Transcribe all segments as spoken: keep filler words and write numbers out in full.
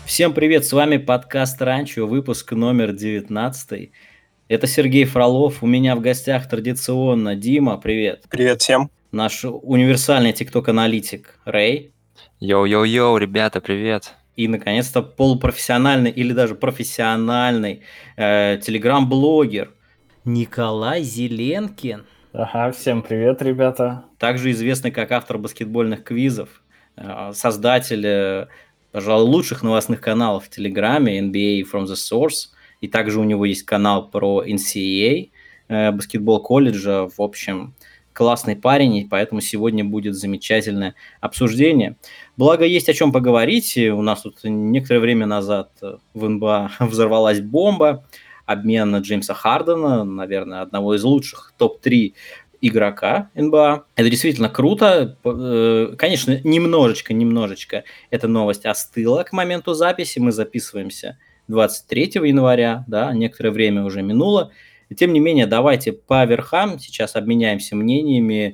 Всем привет, с вами подкаст «Ранчо», выпуск номер девятнадцатый. Это Сергей Фролов, у меня в гостях традиционно Дима, привет. Привет всем. Наш универсальный тикток-аналитик Рэй. Йоу-йоу-йоу, ребята, привет. И, наконец-то, полупрофессиональный или даже профессиональный э, телеграм-блогер Николай Зеленкин. Ага, всем привет, ребята. Также известный как автор баскетбольных квизов, э, создатель, э, пожалуй, лучших новостных каналов в Телеграме, эн би эй From The Source, и также у него есть канал про эн си эй эй, э, баскетбол колледжа. В общем, классный парень, и поэтому сегодня будет замечательное обсуждение. Благо, есть о чем поговорить. И у нас тут некоторое время назад в эн би эй взорвалась бомба, обмен Джеймса Хардена, наверное, одного из лучших топ три игрока эн би эй. Это действительно круто. Конечно, немножечко, немножечко эта новость остыла к моменту записи. Мы записываемся двадцать третьего января, да, некоторое время уже минуло. Тем не менее, давайте по верхам сейчас обменяемся мнениями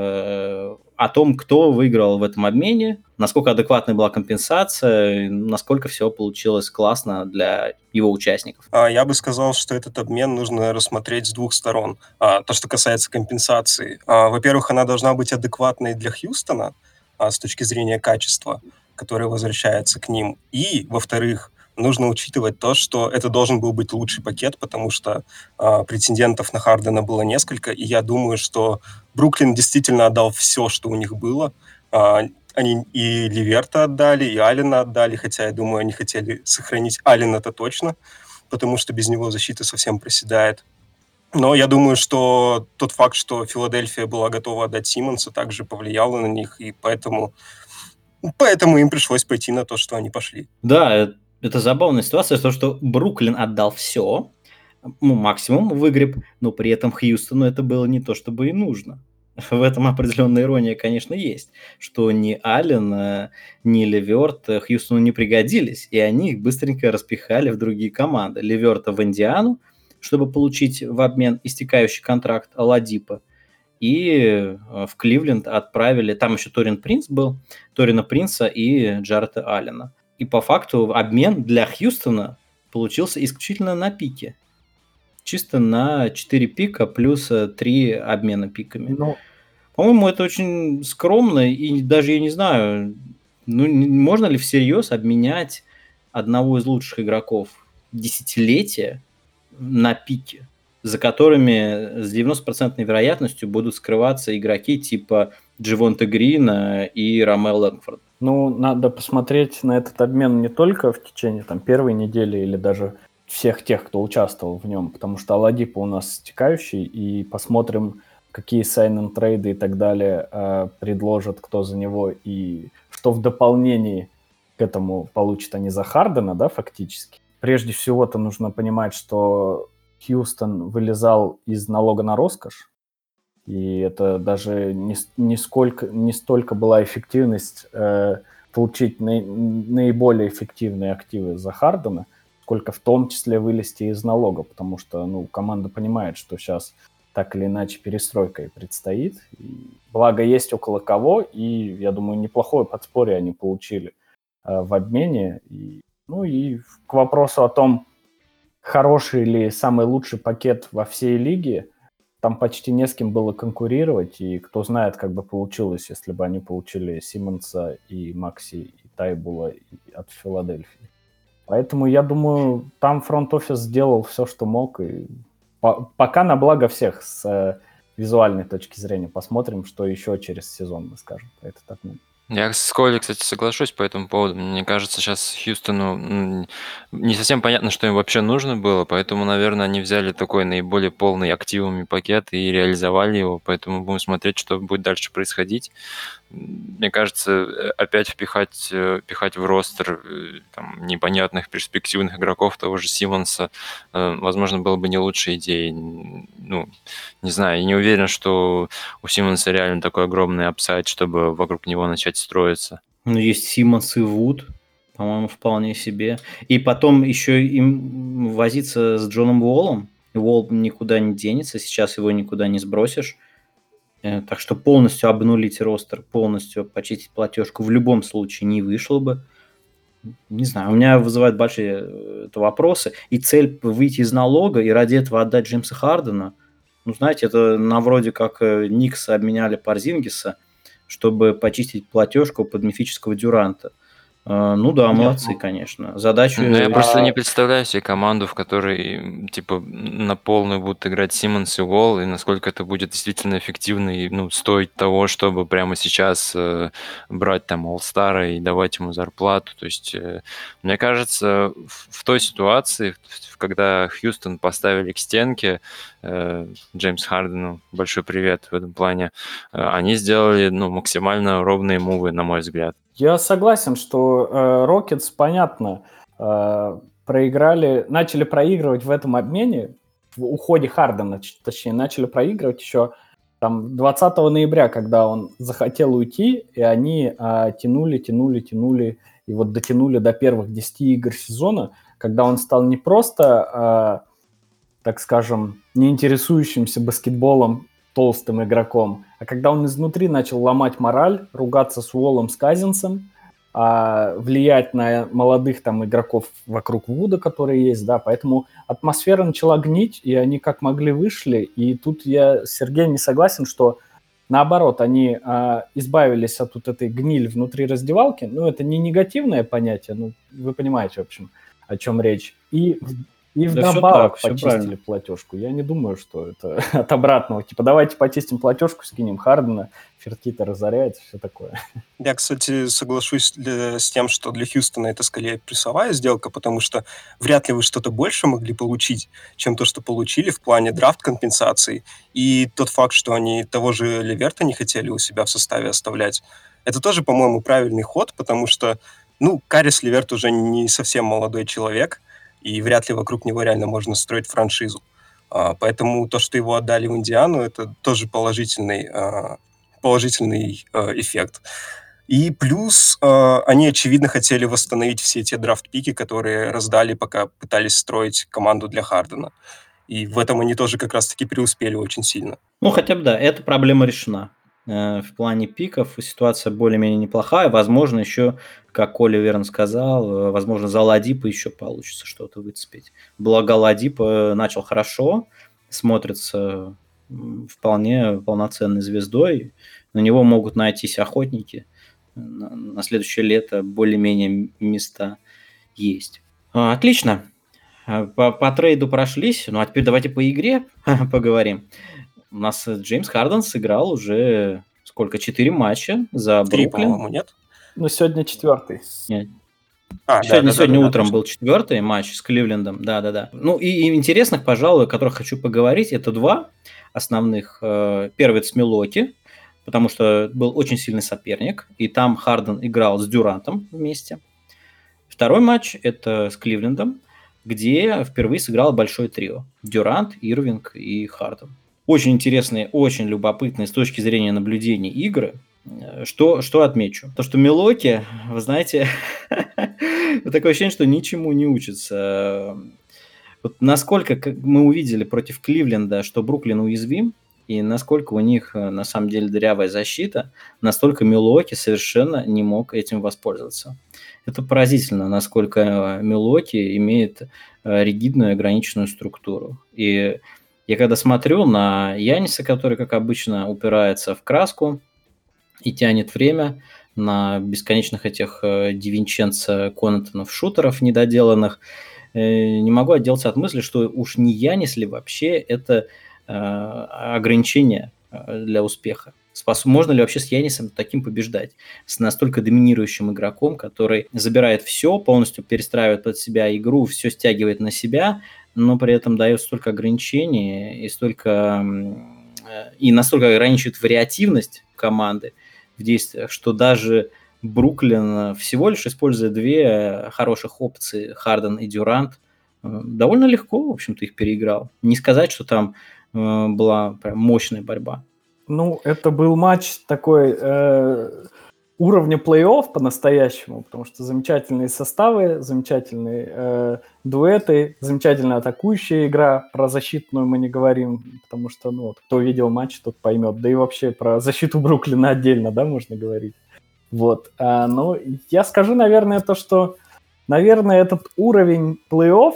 э, о том, кто выиграл в этом обмене, насколько адекватная была компенсация, насколько все получилось классно для его участников. Я бы сказал, что этот обмен нужно рассмотреть с двух сторон. То, что касается компенсации. Во-первых, она должна быть адекватной для Хьюстона с точки зрения качества, которое возвращается к ним. И, во-вторых, нужно учитывать то, что это должен был быть лучший пакет, потому что э, претендентов на Хардена было несколько, и я думаю, что Бруклин действительно отдал все, что у них было. Э, они и Ливерта отдали, и Аллена отдали, хотя, я думаю, они хотели сохранить Аллена-то точно, потому что без него защита совсем проседает. Но я думаю, что тот факт, что Филадельфия была готова отдать Симмонса, также повлияло на них, и поэтому, поэтому им пришлось пойти на то, что они пошли. Да, это забавная ситуация, то, что Бруклин отдал все, ну, максимум выгреб, но при этом Хьюстону это было не то, чтобы и нужно. В этом определенная ирония, конечно, есть, что ни Аллен, ни Леверт Хьюстону не пригодились, и они их быстренько распихали в другие команды. Леверта в Индиану, чтобы получить в обмен истекающий контракт Оладипо, и в Кливленд отправили, там еще Торин Принц был, Торина Принца и Джарета Аллена. И по факту обмен для Хьюстона получился исключительно на пике. Чисто на четыре пика плюс три обмена пиками. Ну, По-моему, это очень скромно, и даже я не знаю, ну, можно ли всерьез обменять одного из лучших игроков десятилетия на пике, за которыми с девяносто процентов вероятностью будут скрываться игроки типа Джевонта Грина и Ромео Лэнгфорд. Ну, надо посмотреть на этот обмен не только в течение там, первой недели или даже всех тех, кто участвовал в нем, потому что Оладипо у нас стекающий, и посмотрим, какие сайн-н-трейды и так далее э, предложат, кто за него, и что в дополнении к этому получат они за Хардена, да, фактически. Прежде всего-то нужно понимать, что Хьюстон вылезал из налога на роскошь, и это даже не, не, сколько, не столько была эффективность э, получить на, наиболее эффективные активы за Хардена, сколько в том числе вылезти из налога, потому что ну, команда понимает, что сейчас так или иначе перестройка и предстоит. И благо есть около кого, и, я думаю, неплохое подспорье они получили э, в обмене. И, ну и к вопросу о том, хороший ли самый лучший пакет во всей лиге, там почти не с кем было конкурировать, и кто знает, как бы получилось, если бы они получили Симмонса и Макси, и Тайбула от Филадельфии. Поэтому, я думаю, там фронт-офис сделал все, что мог, и по- пока на благо всех с э, визуальной точки зрения. Посмотрим, что еще через сезон мы скажем про этот обмен. Я с Колей, кстати, соглашусь по этому поводу. Мне кажется, сейчас Хьюстону м, не совсем понятно, что им вообще нужно было, поэтому, наверное, они взяли такой наиболее полный активами пакет и реализовали его, поэтому будем смотреть, что будет дальше происходить. Мне кажется, э, опять впихать, э, пихать в ростер э, там, непонятных перспективных игроков того же Симмонса, э, возможно, было бы не лучшей идеей. Н- Ну, не знаю, я не уверен, что у Симмонса реально такой огромный апсайд, чтобы вокруг него начать строиться. Ну, есть Симмонс и Вуд, по-моему, вполне себе. И потом еще им возиться с Джоном Уоллом. Уолл никуда не денется, сейчас его никуда не сбросишь. Э, Так что полностью обнулить ростер, полностью почистить платежку в любом случае не вышло бы. Не знаю, у меня вызывает большие э, это вопросы. И цель выйти из налога и ради этого отдать Джеймса Хардена, ну, знаете, это на вроде как э, Никсы обменяли Порзингиса, чтобы почистить платежку под мифического Дюранта. Э, Ну да, Нет, молодцы, ну, конечно. Задачу... Ну, я просто не а, представляю себе команду, в которой, м, типа, на полную будут играть Симмонс и Уолл, и насколько это будет действительно эффективно и, ну, стоить того, чтобы прямо сейчас э, брать там Олл-Стара и давать ему зарплату. То есть, э, мне кажется, в, в той ситуации, в- когда Хьюстон поставили к стенке, э, Джеймс Хардену, большой привет в этом плане, э, они сделали, ну, максимально ровные мувы, на мой взгляд. я согласен, что Рокетс, понятно, э, проиграли, начали проигрывать в этом обмене, в уходе Хардена, ч- точнее, начали проигрывать еще там двадцатого ноября, когда он захотел уйти, и они э, тянули, тянули, тянули, и вот дотянули до первых десяти игр сезона, когда он стал не просто, э, так скажем, не интересующимся баскетболом толстым игроком, а когда он изнутри начал ломать мораль, ругаться с Уоллом, с Казинсом, а, влиять на молодых там игроков вокруг Вуда, которые есть, да, поэтому атмосфера начала гнить, и они как могли вышли, и тут я с Сергеем не согласен, что наоборот, они а, избавились от вот этой гнили внутри раздевалки, ну, это не негативное понятие, ну, вы понимаете, в общем, о чем речь, и и Да все так, вдобавок все почистили правильно. платежку. Я не думаю, что это от обратного. Типа, давайте почистим платежку, скинем Хардена, Фертита разоряет, все такое. Я, кстати, соглашусь для- с тем, что для Хьюстона это скорее плюсовая сделка, потому что вряд ли вы что-то больше могли получить, чем то, что получили в плане драфт-компенсаций. И тот факт, что они того же Леверта не хотели у себя в составе оставлять, это тоже, по-моему, правильный ход, потому что, ну, Карис Леверт уже не совсем молодой человек, и вряд ли вокруг него реально можно строить франшизу. А, Поэтому то, что его отдали в Индиану, это тоже положительный, а, положительный а, эффект. И плюс э, они, очевидно, хотели восстановить все те драфт-пики, которые раздали, пока пытались строить команду для Хардена. И в этом они тоже как раз-таки преуспели очень сильно. Ну, хотя бы да, эта проблема решена. Э, В плане пиков ситуация более-менее неплохая. Возможно, еще, как Коля верно сказал, э, возможно, за Ладипа еще получится что-то выцепить. Благо Ладип э, начал хорошо, смотрится м, вполне полноценной звездой. На него могут найтись охотники. На, на следующее лето более-менее места есть. А, Отлично. А, По, по трейду прошлись. Ну, а теперь давайте по игре поговорим. У нас э, Джеймс Харден сыграл уже сколько? Четыре матча за Три, Бруклин. по-моему, нет? Ну, сегодня четвертый. Нет. А, Сегодня, да, да, сегодня да, да, утром точно. был четвертый матч с Кливлендом, да-да-да. Ну и, и интересных, пожалуй, о которых хочу поговорить, это два основных. Э, Первый – это с Милоки, потому что был очень сильный соперник, и там Харден играл с Дюрантом вместе. Второй матч – это с Кливлендом, где впервые сыграло большое трио – Дюрант, Ирвинг и Харден. Очень интересные, очень любопытные с точки зрения наблюдений игры. Э, Что, что отмечу? То, что Милоки, вы знаете, такое ощущение, что ничему не учится. Вот насколько как мы увидели против Кливленда, что Бруклин уязвим, и насколько у них э, на самом деле дырявая защита, настолько Милуоки совершенно не мог этим воспользоваться. Это поразительно, насколько э, Милуоки имеет э, ригидную ограниченную структуру. И я когда смотрю на Яниса, который, как обычно, упирается в краску и тянет время, на бесконечных этих э, Дивинченцо, Конатонов, шутеров недоделанных, э, не могу отделаться от мысли, что уж не Янис ли вообще это э, ограничение э, для успеха. Спас- Можно ли вообще с Янисом таким побеждать? С настолько доминирующим игроком, который забирает все, полностью перестраивает под себя игру, все стягивает на себя, но при этом дает столько ограничений и столько м, э, и настолько ограничивает вариативность команды в действиях, что даже Бруклин, всего лишь используя две хороших опции, Харден и Дюрант, э, довольно легко, в общем-то, их переиграл. Не сказать, что там э, была прям мощная борьба. Ну, это был матч такой э, уровня плей-офф по-настоящему, потому что замечательные составы, замечательные э, дуэты, замечательная атакующая игра. Про защитную мы не говорим, потому что, ну, вот, кто видел матч, тот поймет. Да и вообще про защиту Бруклина отдельно, да, можно говорить. Вот. А, ну, я скажу, наверное, то, что наверное, этот уровень плей-офф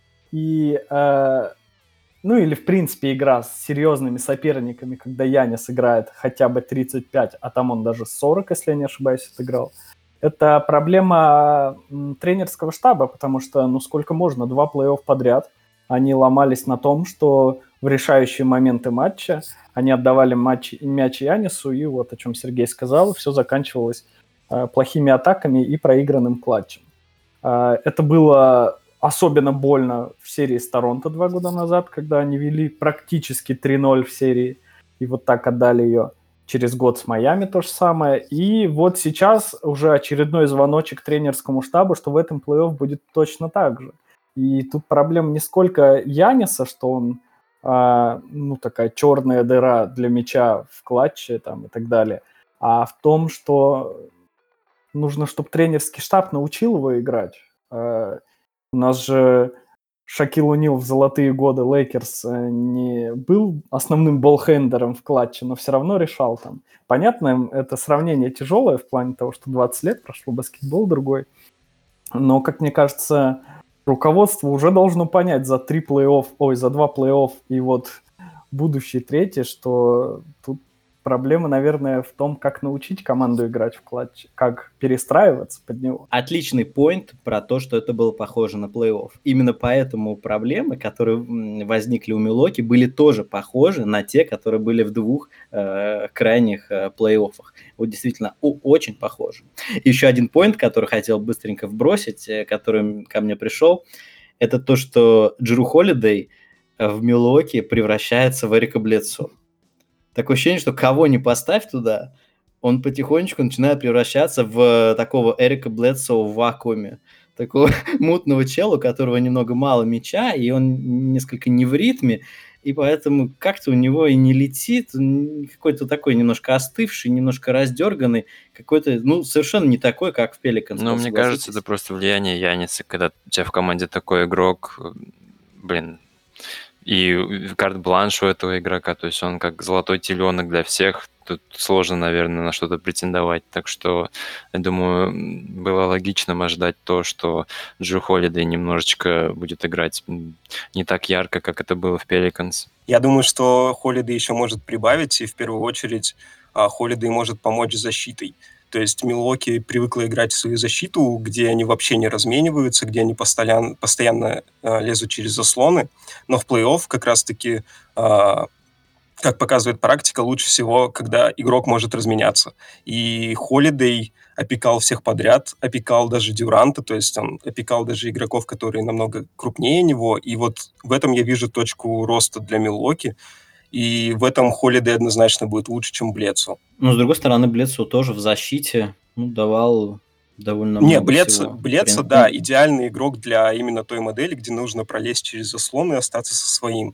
и, э, ну или в принципе игра с серьезными соперниками, когда Янис играет хотя бы тридцать пять, а там он даже сорок, если я не ошибаюсь, отыграл. Это проблема м, тренерского штаба, потому что, ну сколько можно, два плей-офф подряд. Они ломались на том, что в решающие моменты матча они отдавали матч, мяч Янису, и вот о чем Сергей сказал, все заканчивалось э, плохими атаками и проигранным клатчем. Э, это было особенно больно в серии с Торонто два года назад, когда они вели практически три ноль в серии, и вот так отдали ее. Через год с Майами то же самое. И вот сейчас уже очередной звоночек тренерскому штабу, что в этом плей-офф будет точно так же. И тут проблема не сколько Яниса, что он а, ну, такая черная дыра для мяча в клатче там, и так далее, а в том, что нужно, чтобы тренерский штаб научил его играть. А, у нас же Шакил О'Нил в золотые годы Лейкерс не был основным болхендером в клатче, но все равно решал там. Понятно, это сравнение тяжелое в плане того, что двадцать лет прошло, баскетбол другой. Но, как мне кажется, руководство уже должно понять за три плей-офф, ой, за два плей-офф и вот будущий третий, что тут проблема, наверное, в том, как научить команду играть в клатче, как перестраиваться под него. Отличный поинт про то, что это было похоже на плей-офф. Именно поэтому проблемы, которые возникли у Милуоки, были тоже похожи на те, которые были в двух э, крайних э, плей-оффах. Вот действительно, о, очень похожи. Еще один поинт, который хотел быстренько вбросить, э, который ко мне пришел, это то, что Джру Холидей в Милуоки превращается в Эрика Бледсо. Такое ощущение, что кого не поставь туда, он потихонечку начинает превращаться в такого Эрика Бледсо в вакууме. Такого мутного чела, у которого немного мало мяча, и он несколько не в ритме, и поэтому как-то у него и не летит, какой-то такой немножко остывший, немножко раздерганный, какой-то, ну, совершенно не такой, как в Пеликанс. Ну, мне кажется, это просто влияние Яниса, когда у тебя в команде такой игрок, блин, и карт-бланш у этого игрока, то есть он как золотой теленок для всех, тут сложно, наверное, на что-то претендовать, так что, я думаю, было логичным ожидать то, что Джру Холидей немножечко будет играть не так ярко, как это было в Пеликанс. Я думаю, что Холидей еще может прибавить, и в первую очередь Холидей может помочь с защитой. То есть Милуоки привыкла играть в свою защиту, где они вообще не размениваются, где они постоянно, постоянно э, лезут через заслоны. Но в плей-офф как раз-таки, э, как показывает практика, лучше всего, когда игрок может разменяться. И Холидей опекал всех подряд, опекал даже Дюранта, то есть он опекал даже игроков, которые намного крупнее него. И вот в этом я вижу точку роста для Милуоки. И в этом Холидей однозначно будет лучше, чем Бледсо. Но, с другой стороны, Бледсо тоже в защите ну, давал довольно Не, много Бледсо, всего. Бледсо, да, идеальный игрок для именно той модели, где нужно пролезть через заслон и остаться со своим.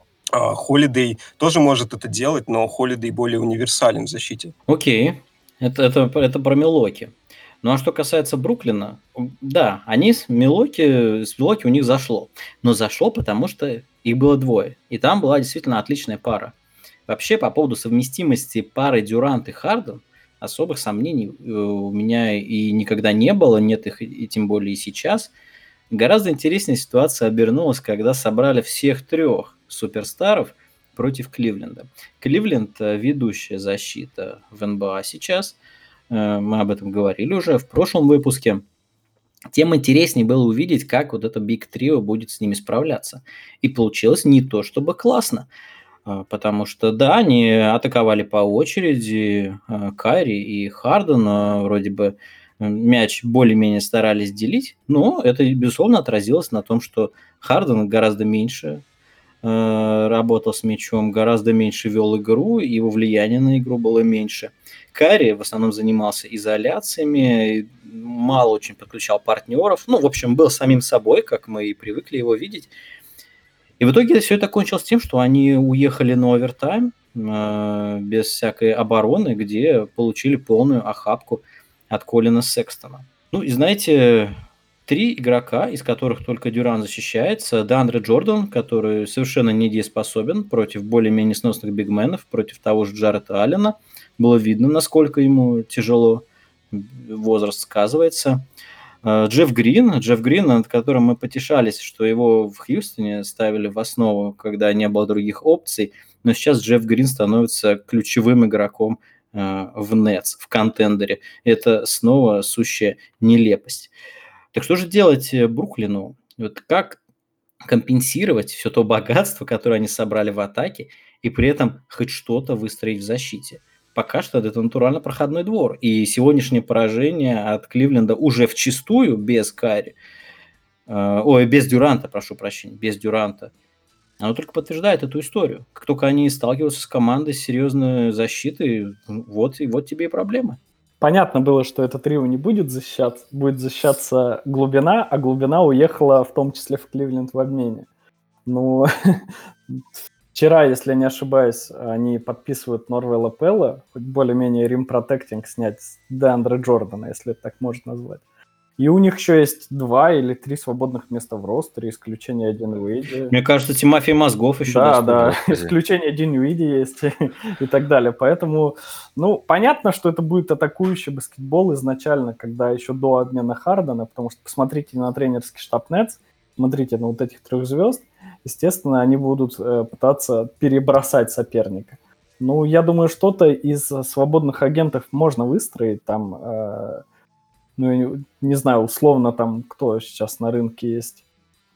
Холидей тоже может это делать, но Холидей более универсален в защите. Окей, это, это, это про Милуоки. Ну а что касается Бруклина, да, они с Милуоки, с Милуоки у них зашло. Но зашло, потому что их было двое. И там была действительно отличная пара. Вообще, по поводу совместимости пары Дюрант и Харден, особых сомнений у меня и никогда не было, нет их и тем более и сейчас. Гораздо интереснее ситуация обернулась, когда собрали всех трех суперстаров против Кливленда. Кливленд – ведущая защита в эн бэ а сейчас. Мы об этом говорили уже в прошлом выпуске. Тем интереснее было увидеть, как вот это Big Trio будет с ними справляться. И получилось не то чтобы классно. Потому что, да, они атаковали по очереди, Кайри и Харден вроде бы мяч более-менее старались делить, но это, безусловно, отразилось на том, что Харден гораздо меньше э, работал с мячом, гораздо меньше вел игру, и его влияние на игру было меньше. Кайри в основном занимался изоляциями, мало очень подключал партнеров, ну, в общем, был самим собой, как мы и привыкли его видеть. И в итоге все это кончилось тем, что они уехали на овертайм э, без всякой обороны, где получили полную охапку от Колина Секстона. Ну и знаете, три игрока, из которых только Дюран защищается. Деандре Джордан, который совершенно недееспособен против более-менее сносных бигменов, против того же Джарета Аллена. Было видно, насколько ему тяжело возраст сказывается. Э, Джефф Грин, Джефф Грин, над которым мы потешались, что его в Хьюстоне ставили в основу, когда не было других опций, но сейчас Джефф Грин становится ключевым игроком э, в Нетс, в контендере. Это снова сущая нелепость. Так что же делать э, Бруклину? Вот как компенсировать все то богатство, которое они собрали в атаке, и при этом хоть что-то выстроить в защите? Пока что это натурально проходной двор. И сегодняшнее поражение от Кливленда уже вчистую, без Карри, э, ой, без Дюранта, прошу прощения, без Дюранта, оно только подтверждает эту историю. Как только они сталкиваются с командой с серьезной защитой, вот, и вот тебе и проблемы. Понятно было, что это трио не будет защищаться, будет защищаться глубина, а глубина уехала в том числе в Кливленд в обмене. Ну, вчера, если я не ошибаюсь, они подписывают Норвелла Пелла, хоть более-менее рим-протектинг снять с Деандре Джордана, если это так можно назвать. И у них еще есть два или три свободных места в ростере, исключение Динвиди. Мне кажется, Тимофей Мозгов еще Да, доступен. да, Господи. исключение Динвиди есть и так далее. Поэтому, ну, понятно, что это будет атакующий баскетбол изначально, когда еще до обмена Хардена, потому что посмотрите на тренерский штаб Нетс, смотрите на вот этих трех звезд, естественно, они будут э, пытаться перебросать соперника. Ну, я думаю, что-то из свободных агентов можно выстроить, там... Э, ну, я не, не знаю, условно там, кто сейчас на рынке есть.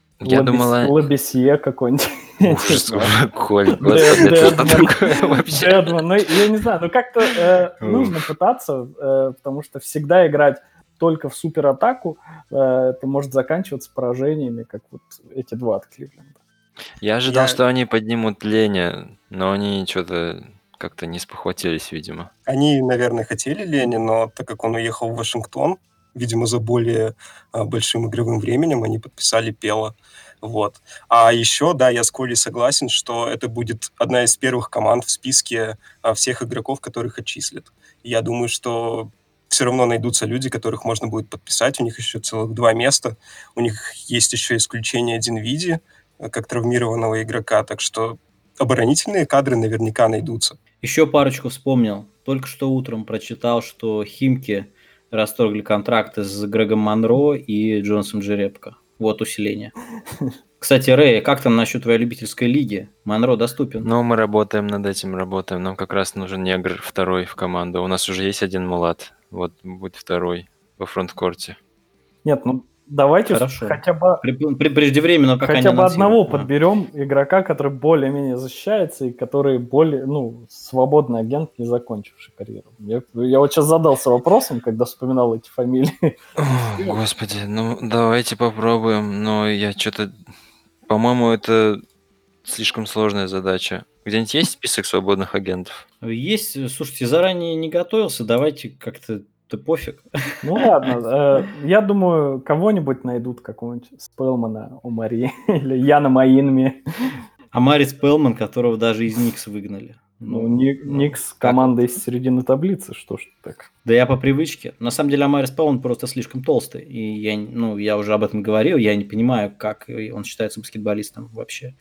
Я Лабис- думала... Лабисье какой-нибудь. Ужас, Коль, Дэд- господи, это что Дэдман. такое вообще? Дэдман. Ну, я не знаю, ну как-то э, Уф. нужно пытаться, э, потому что всегда играть только в суператаку, э, это может заканчиваться поражениями, как вот эти два от Кливленда. Я ожидал, Я- что они поднимут Леня, но они что-то как-то не спохватились, видимо. Они, наверное, хотели Лени, но так как он уехал в Вашингтон, видимо, за более а, большим игровым временем, они подписали Пела. Вот. А еще, да, я с Колей согласен, что это будет одна из первых команд в списке а, всех игроков, которых отчислят. И я думаю, что все равно найдутся люди, которых можно будет подписать. У них еще целых два места. У них есть еще исключение Динвиди, а, как травмированного игрока. Так что оборонительные кадры наверняка найдутся. Еще парочку вспомнил. Только что утром прочитал, что Химки расторгли контракты с Грегом Монро и Джонсом Джерепко. Вот усиление. Кстати, Рэй, как там насчет твоей любительской лиги? Монро доступен? Но мы работаем над этим, работаем. Нам как раз нужен негр второй в команду. У нас уже есть один мулат. Вот будет второй во фронткорте. Нет, ну давайте Хорошо. хотя бы... При- при- Преждевременно пока Хотя не бы одного анонсируют. А. подберем игрока, который более-менее защищается и который более, ну, свободный агент, не закончивший карьеру. Я, я вот сейчас задался вопросом, когда вспоминал эти фамилии. О, господи, ну давайте попробуем. Но я что-то... По-моему, это слишком сложная задача. Где-нибудь есть список свободных агентов? Есть, слушайте, заранее не готовился, давайте как-то, да пофиг. Ну ладно, э, я думаю, кого-нибудь найдут, какого-нибудь Спелмана у Марии или Яна Маинми. А Марис Пелман, которого даже из Никс выгнали. Ну, Ни- ну, Никс как команда вот? из середины таблицы, что ж так. Да я по привычке. На самом деле Амарис Пелман просто слишком толстый. И я, не- ну, я уже об этом говорил, я не понимаю, как он считается баскетболистом вообще.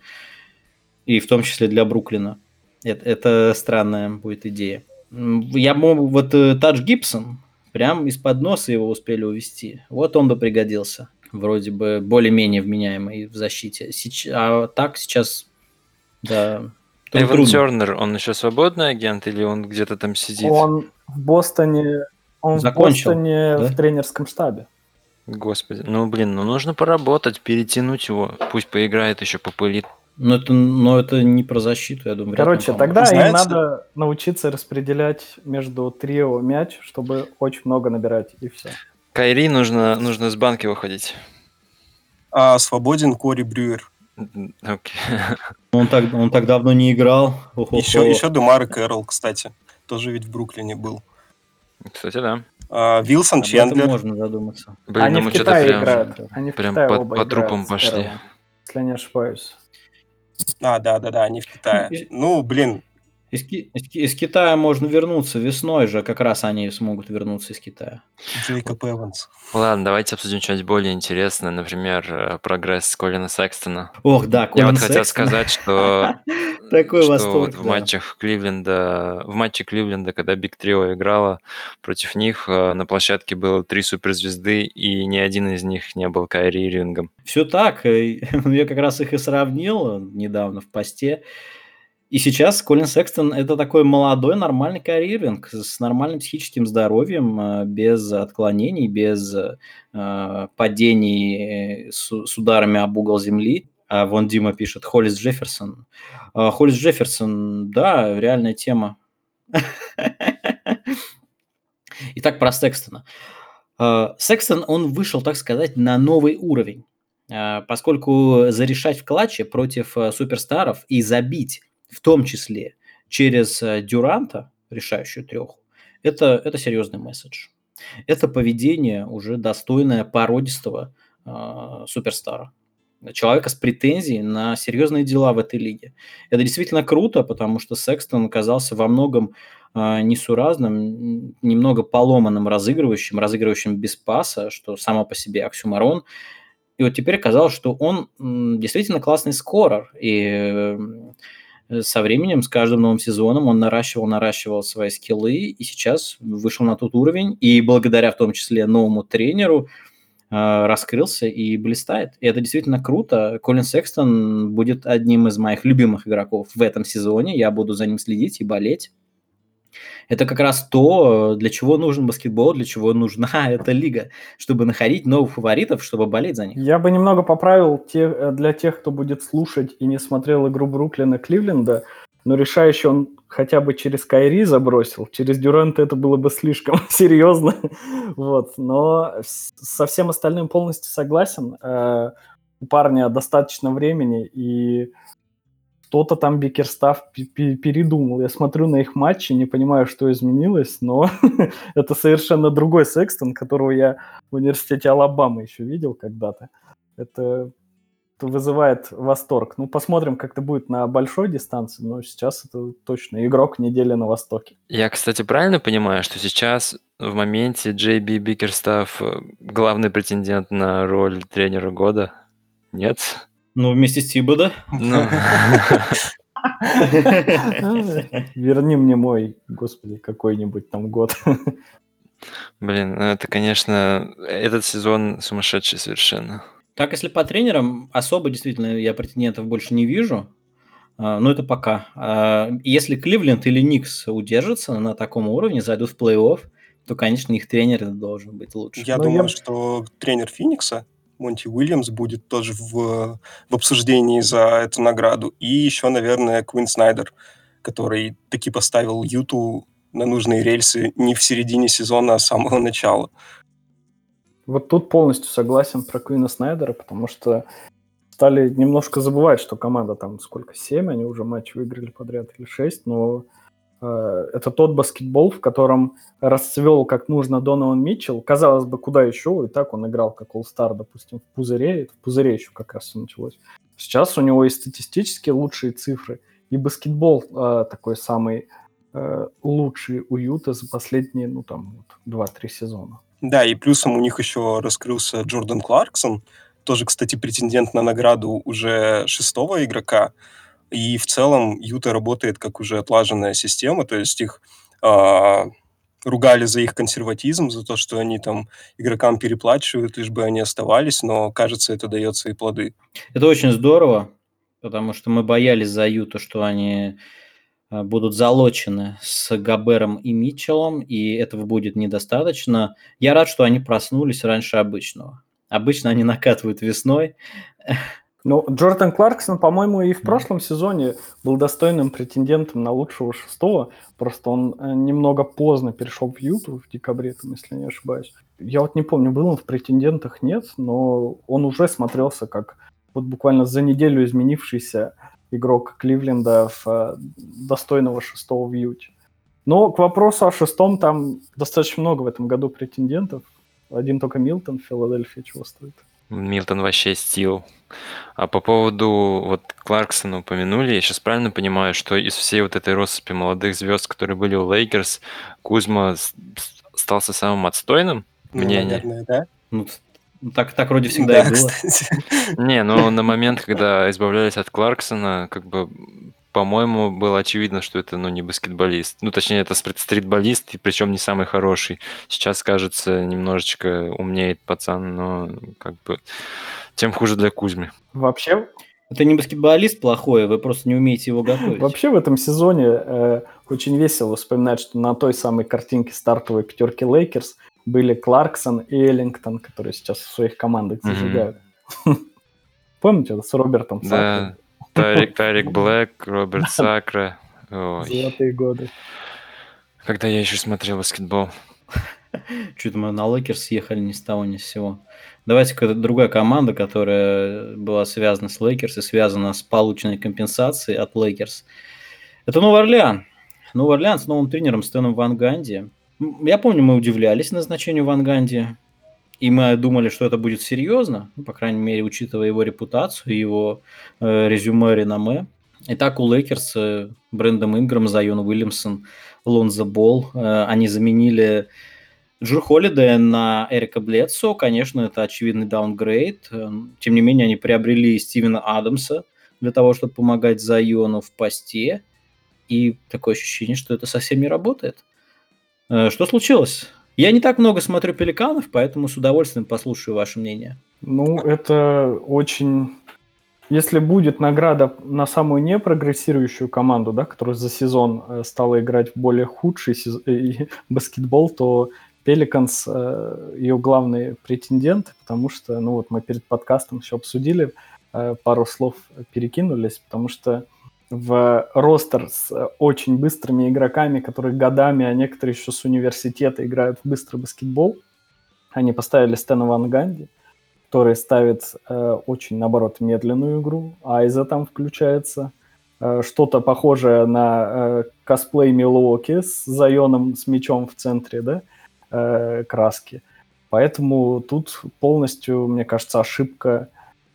И в том числе для Бруклина. Это, это странная будет идея. М, Я могу, вот э, Тадж Гибсон, прям из-под носа его успели увести. Вот он бы пригодился. Вроде бы более-менее вменяемый в защите. Сеч- А так сейчас, да, тру- Эван трудно. Тернер, он еще свободный агент или он где-то там сидит? Он в Бостоне, он Закончил, в Бостоне да? в тренерском штабе. Господи, ну блин, ну нужно поработать, перетянуть его. Пусть поиграет еще, попылит. Но это, но это не про защиту, я думаю. вряд ли Короче, он поможет. тогда им Знаете- надо научиться распределять между трио мяч, чтобы очень много набирать, и все. Кайри нужно, нужно с банки выходить. А свободен Кори Брюер. М, Окей. Он так, он так давно не играл. Хо-хо-хо. Еще, еще Демар Кэрролл, кстати. Тоже ведь в Бруклине был. Кстати, да. А, Вилсон Об этом Чендлер. можно задуматься. Блин, Они ну в мы что-то Китае прям, играют. Они в прям Китае по, оба по играют трупам с пошли. Кэрроллом, если я не ошибаюсь. А, да-да-да, они в Китае. И- Ну, блин, Из, Ки- из Ки- из Китая можно вернуться весной же, как раз они смогут вернуться из Китая. Джейкоб Эванс. Ладно, давайте обсудим что-нибудь более интересное, например, э, прогресс Колина Секстона. Ох, да, Я Колин вот хотел Секстон. сказать, что Такой что вот восторг, в да. матчах Кливленда, в матче Кливленда, когда Биг Трио играла против них, э, на площадке было три суперзвезды, и ни один из них не был Кайри Ирвингом. Все так. э, Я как раз их и сравнил недавно в посте. И сейчас Колин Секстон – это такой молодой, нормальный Кайри Ирвинг с нормальным психическим здоровьем, э, без отклонений, без э, падений с, с ударами об угол земли. А вон Дима пишет Холлис Джефферсон. А, Холлис Джефферсон, да, реальная тема. Итак, про Секстона. А, Секстон, он вышел, так сказать, на новый уровень, А, поскольку зарешать в клатче против э, суперстаров и забить, в том числе через э, Дюранта, решающую треху, это, это серьезный месседж. Это поведение уже достойное породистого а, суперстара. Человека с претензией на серьезные дела в этой лиге. Это действительно круто, потому что Секстон оказался во многом а, несуразным, м, немного поломанным разыгрывающим, разыгрывающим без паса, что само по себе оксюморон. И вот теперь оказалось, что он м, действительно классный скорер. И м, со временем, с каждым новым сезоном он наращивал, наращивал свои скиллы, и сейчас вышел на тот уровень, и благодаря в том числе новому тренеру а, раскрылся и блистает. И это действительно круто. Колин Секстон будет одним из моих любимых игроков в этом сезоне. Я буду за ним следить и болеть. Это как раз то, для чего нужен баскетбол, для чего нужна эта лига, чтобы находить новых фаворитов, чтобы болеть за них. Я бы немного поправил те, э, для тех, кто будет слушать и не смотрел игру Бруклина Кливленда, но решающий он хотя бы через Кайри забросил, через Дюранта это было бы слишком серьезно. Вот. Но с- со всем остальным полностью согласен. Э, У парня достаточно времени, и что-то там Бикерстаф пе- пе- передумал. Я смотрю на их матчи, не понимаю, что изменилось, но это совершенно другой Секстон, которого я в университете Алабамы еще видел когда-то. Это вызывает восторг. Ну, посмотрим, как это будет на большой дистанции, но сейчас это точно игрок недели на Востоке. Я, кстати, правильно понимаю, что сейчас в моменте Джей Би Бикерстаф э, главный претендент на роль тренера года? Нет? Ну, вместе с Тибодо. Ну, Верни мне мой, господи, какой-нибудь там год. блин, ну это, конечно, этот сезон сумасшедший совершенно. Так, если по тренерам, особо действительно я претендентов больше не вижу. А, Но это пока. А, Если Кливленд или Никс удержатся на таком уровне, зайдут в плей-офф, то, конечно, их тренер должен быть лучше. Я Ну, думаю, я- что тренер Феникса, Монти Уильямс, будет тоже в, в обсуждении за эту награду. И еще, наверное, Квин Снайдер, который таки поставил Юту на нужные рельсы не в середине сезона, а с самого начала. Вот тут полностью согласен про Куина Снайдера, потому что стали немножко забывать, что команда там сколько, семь, они уже матч выиграли подряд или шесть, но э, это тот баскетбол, в котором расцвел как нужно Донован Митчелл. Казалось бы, куда еще? И так он играл как All-Star, допустим, в пузыре. В пузыре еще как раз все началось. Сейчас у него и статистически лучшие цифры, и баскетбол э, такой самый э, лучший у Юта за последние, ну там, вот, два-три сезона. Да, и плюсом у них еще раскрылся Джордан Кларксон, тоже, кстати, претендент на награду уже шестого игрока. И в целом Юта работает как уже отлаженная система, то есть их а, ругали за их консерватизм, за то, что они там игрокам переплачивают, лишь бы они оставались, но, кажется, это дает свои плоды. Это очень здорово, потому что мы боялись за Юту, что они а, будут залочены с Гобером и Митчеллом, и этого будет недостаточно. Я рад, что они проснулись раньше обычного. Обычно они накатывают весной. Ну, Джордан Кларксон, по-моему, и в прошлом сезоне был достойным претендентом на лучшего шестого. Просто он э, немного поздно перешел в Юту в декабре, там, если не ошибаюсь. Я вот не помню, был он в претендентах, нет, но он уже смотрелся как вот буквально за неделю изменившийся игрок Кливленда в э, достойного шестого в Юте. Но к вопросу о шестом, там достаточно много в этом году претендентов. Один только Милтон в Филадельфии чего стоит. Милтон вообще стил. А по поводу вот Кларксона упомянули, я сейчас правильно понимаю, что из всей вот этой россыпи молодых звезд, которые были у Лейкерс, Кузма с- с- остался самым отстойным Ну, мнение? наверное, да. Ну, т- ну, так, так вроде всегда и Да, было. кстати. Не, ну на момент, когда избавлялись от Кларксона, как бы, м, по-моему, было очевидно, что это, ну, не баскетболист. Ну, точнее, это стрит- стритболист, и причем не самый хороший. Сейчас, кажется, немножечко умнеет пацан, но как бы тем хуже для Кузьмы. Вообще, Это не баскетболист плохой, вы просто не умеете его готовить. вообще в этом сезоне э, очень весело вспоминать, что на той самой картинке стартовой пятерки Лейкерс были Кларксон и Эллингтон, которые сейчас в своих командах Мгм. зажигают. Помните, с Робертом Сакрам? Да, Тарик, Тарик Блэк, Роберт Сакра. Ой, Золотые годы. когда я еще смотрел баскетбол. Что-то мы на Лейкерс съехали ни с того ни с сего. Давайте какая-то другая команда, которая была связана с Лейкерс и связана с полученной компенсацией от Лейкерс. Это Новый Орлеан. Новый Орлеан с новым тренером Стэном Ван Ганди. М, Я помню, мы удивлялись назначению Ван Ганди. И мы думали, что это будет серьезно, ну, по крайней мере, учитывая его репутацию, его э, резюме, реноме. Итак, у Лейкерс э, Брэндон Инграм, Зайон Уильямсон, Лонзо Болл. Э, они заменили Джру Холлидея на Эрика Бледсо. Конечно, это очевидный даунгрейд. Э, Тем не менее, они приобрели Стивена Адамса для того, чтобы помогать Зайону в посте. И такое ощущение, что это совсем не работает. Э, Что случилось? Я не так много смотрю «Пеликанов», поэтому с удовольствием послушаю ваше мнение. Ну, это очень... Если будет награда на самую непрогрессирующую команду, да, которая за сезон э, стала играть в более худший сез- э, баскетбол, то Пеликанс э, ее главный претендент, потому что, ну вот мы перед подкастом все обсудили, э, пару слов перекинулись, потому что в ростер с э, очень быстрыми игроками, которые годами, а некоторые еще с университета играют в быстрый баскетбол, они поставили Стэна Ван Ганди, который ставит э, очень, наоборот, медленную игру. Айза там включается. Э, что-то похожее на э, косплей Милуоки с Зайоном с мячом в центре, да, э, краски. Поэтому тут полностью, мне кажется, ошибка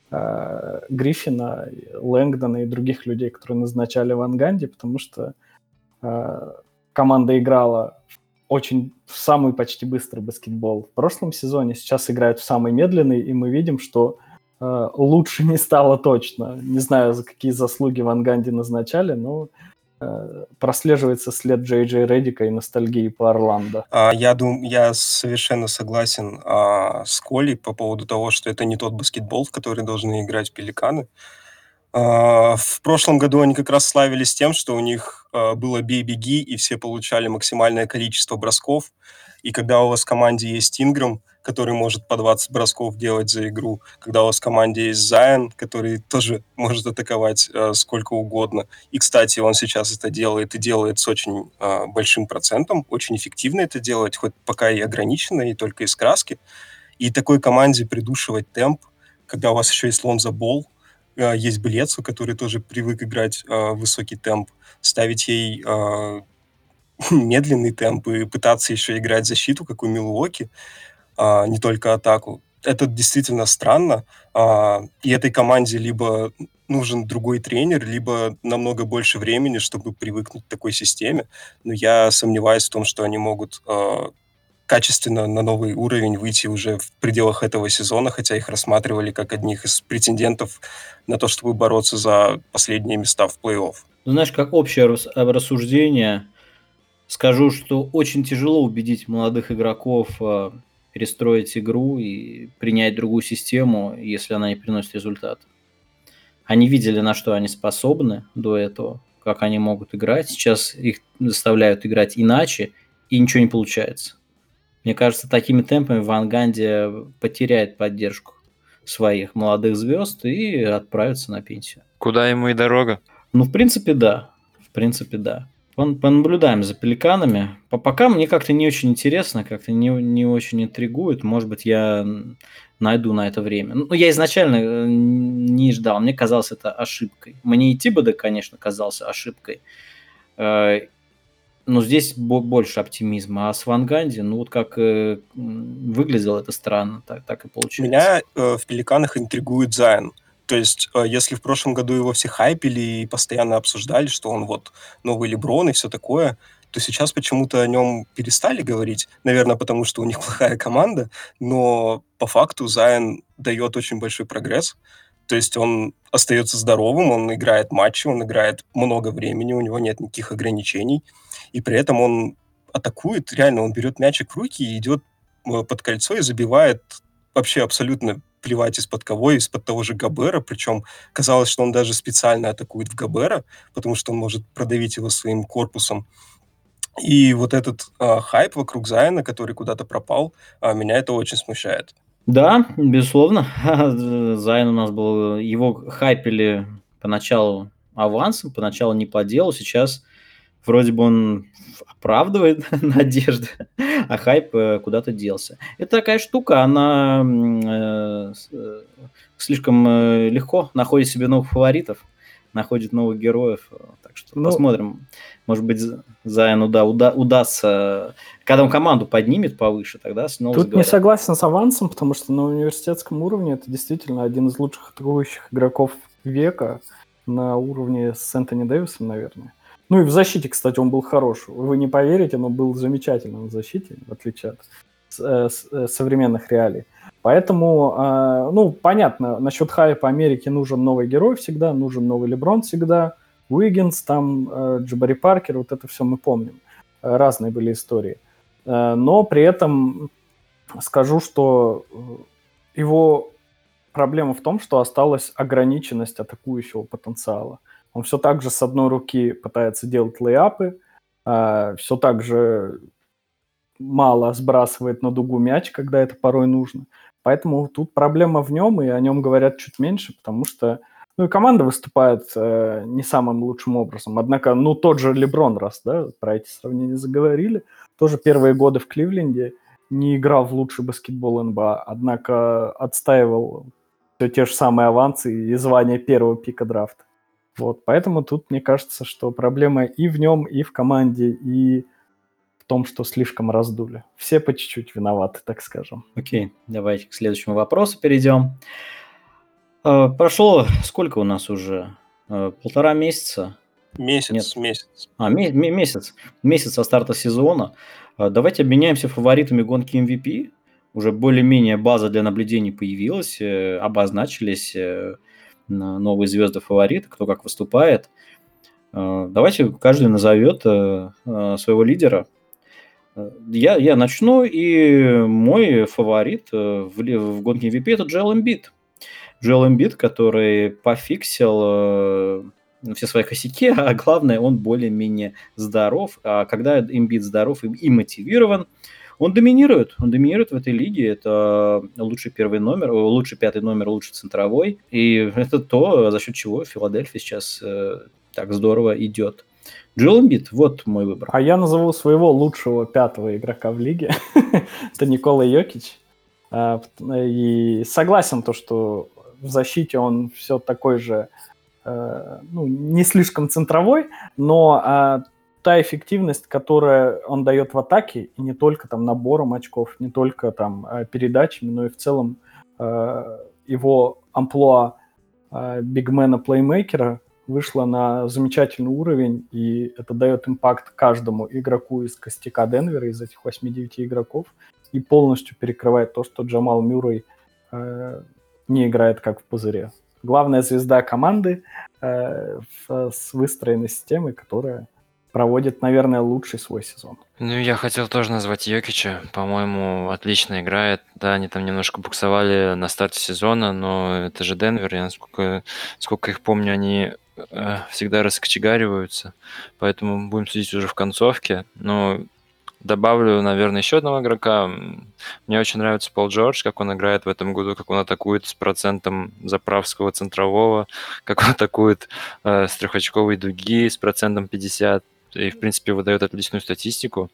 э, Гриффина, Лэнгдона и других людей, которые назначали Ван Ганди, потому что э, команда играла очень в самый почти быстрый баскетбол в прошлом сезоне, сейчас играют в самый медленный, и мы видим, что э, лучше не стало точно. Не знаю, за какие заслуги Ван Ганди назначали, но э, прослеживается след Джей Джей Реддика и ностальгии по Орландо. А, Я, дум, я совершенно согласен а, с Колей по поводу того, что это не тот баскетбол, в который должны играть пеликаны. А, В прошлом году они как раз славились тем, что у них а, было бей-беги, и все получали максимальное количество бросков. И когда у вас в команде есть Инграм, который может по двадцать бросков делать за игру, когда у вас в команде есть Зайон, который тоже может атаковать а, сколько угодно. И, кстати, он сейчас это делает, и делает с очень а, большим процентом, очень эффективно это делает, хоть пока и ограниченно, и только из краски. И такой команде придушивать темп, когда у вас еще есть Лонзо Болл, а, есть Блецу, который тоже привык играть а, высокий темп, ставить ей а, медленный темп и пытаться еще играть защиту, как у Милуоки, а, не только атаку. Это действительно странно. А, и этой команде либо нужен другой тренер, либо намного больше времени, чтобы привыкнуть к такой системе. Но я сомневаюсь в том, что они могут а, качественно на новый уровень выйти уже в пределах этого сезона, хотя их рассматривали как одних из претендентов на то, чтобы бороться за последние места в плей-офф. Знаешь, как общее рас- рассуждение, скажу, что очень тяжело убедить молодых игроков э, перестроить игру и принять другую систему, если она не приносит результат. Они видели, на что они способны до этого, как они могут играть. Сейчас их заставляют играть иначе, и ничего не получается. Мне кажется, такими темпами Ван Ганди потеряет поддержку своих молодых звезд и отправится на пенсию. Куда ему и дорога? Ну, в принципе, да. В принципе, да. Пон- Понаблюдаем за пеликанами. По- Пока мне как-то не очень интересно, как-то не, не очень интригует. Может быть, я м, найду на это время. Ну, я изначально э, не ждал. Мне казалось это ошибкой. Мне и Тибода, конечно, казался ошибкой. Э, Но здесь бо- больше оптимизма. А с Ван Ганди, ну вот как э, м, выглядело это странно, так, так и получается. Меня э, в «Пеликанах» интригует Зайон. То есть, э, если в прошлом году его все хайпили и постоянно обсуждали, что он вот новый Леброн и все такое, то сейчас почему-то о нем перестали говорить. Наверное, потому что у них плохая команда, но по факту Зайон дает очень большой прогресс. То есть он остается здоровым, он играет матчи, он играет много времени, у него нет никаких ограничений. И при этом он атакует, реально, он берет мячик в руки и идет э, под кольцо и забивает вообще абсолютно плевать из-под кого, из-под того же Гобера, причем казалось, что он даже специально атакует в Гобера, потому что он может продавить его своим корпусом. И вот этот а, хайп вокруг Зайна, который куда-то пропал, а, меня это очень смущает. Да, безусловно. Зайн у нас был, его хайпели поначалу авансом, поначалу не по делу, сейчас вроде бы он оправдывает надежды, а хайп э, куда-то делся. Это такая штука, она м, э, с- э, слишком э, легко находит себе новых фаворитов, находит новых героев. э, Так что Ну, посмотрим. Может быть, З- Зайну да, уда- удастся, когда он команду поднимет повыше, тогда снова тут не заговорят. согласен с авансом, потому что на университетском уровне это действительно один из лучших атакующих игроков века на уровне с Энтони Дэвисом, наверное. Ну и в защите, кстати, он был хорош. Вы не поверите, но был замечательным в защите, в отличие от с- э, с- э, современных реалий. Поэтому, э, ну, понятно, насчет хайпа Америки нужен новый герой всегда, нужен новый Леброн всегда, Уиггинс, там, э, Джабари Паркер, вот это все мы помним. Э, Разные были истории. Э, Но при этом скажу, что э, его проблема в том, что осталась ограниченность атакующего потенциала. Он все так же с одной руки пытается делать лейапы, все так же мало сбрасывает на дугу мяч, когда это порой нужно. Поэтому тут проблема в нем, и о нем говорят чуть меньше, потому что ну и команда выступает э, не самым лучшим образом. Однако, ну тот же Леброн, раз, да, про эти сравнения заговорили, тоже первые годы в Кливленде не играл в лучший баскетбол эн бэ а, однако отстаивал все те же самые авансы и звание первого пика драфта. Вот, поэтому тут мне кажется, что проблема и в нем, и в команде, и в том, что слишком раздули. Все по чуть-чуть виноваты, так скажем. Окей, давайте к следующему вопросу перейдем. Э, Прошло сколько у нас уже? Э, Полтора месяца? Месяц, Нет. месяц. А, ме- ме- месяц. Месяц со старта сезона. Э, Давайте обменяемся фаворитами гонки эм ви пи. Уже более-менее база для наблюдений появилась, э, обозначились э, на- новые звезды фавориты, кто как выступает. Э, Давайте каждый назовет э, э, своего лидера. Э, Я, я начну, и мой фаворит э, в, ли- в гонке эм ви пи – это Джоэл Эмбит. Джоэл Эмбит, который пофиксил э, все свои косяки, а главное, он более-менее здоров. А когда Эмбит здоров и, и мотивирован, он доминирует. Он доминирует в этой лиге. Это лучший первый номер, о, лучший пятый номер, лучший центровой. И это то, за счет чего Филадельфия сейчас э, так здорово идет. Джоэл Эмбит, вот мой выбор. А я назову своего лучшего пятого игрока в лиге. Это Никола Йокич. А, И согласен то, что в защите он все такой же, э, ну, не слишком центровой, но а, та эффективность, которую он дает в атаке, и не только там набором очков, не только там э, передачами, но и в целом э, его амплуа э, бигмена-плеймейкера вышла на замечательный уровень, и это дает импакт каждому игроку из костяка Денвера, из этих восьми-девяти игроков, и полностью перекрывает то, что Джамал Мюррей э, не играет как в пузыре. Главная звезда команды э, в, с выстроенной системой, которая проводит, наверное, лучший свой сезон. Ну, я хотел тоже назвать Йокича. По-моему, отлично играет. Да, они там немножко буксовали на старте сезона, но это же Денвер. Я насколько, сколько их помню, они э, всегда раскочегариваются. Поэтому будем судить уже в концовке. Но добавлю, наверное, еще одного игрока. Мне очень нравится Пол Джордж, как он играет в этом году, как он атакует с процентом заправского центрового, как он атакует э, с трехочковой дуги с процентом пятьдесят. И, в принципе, выдает отличную статистику.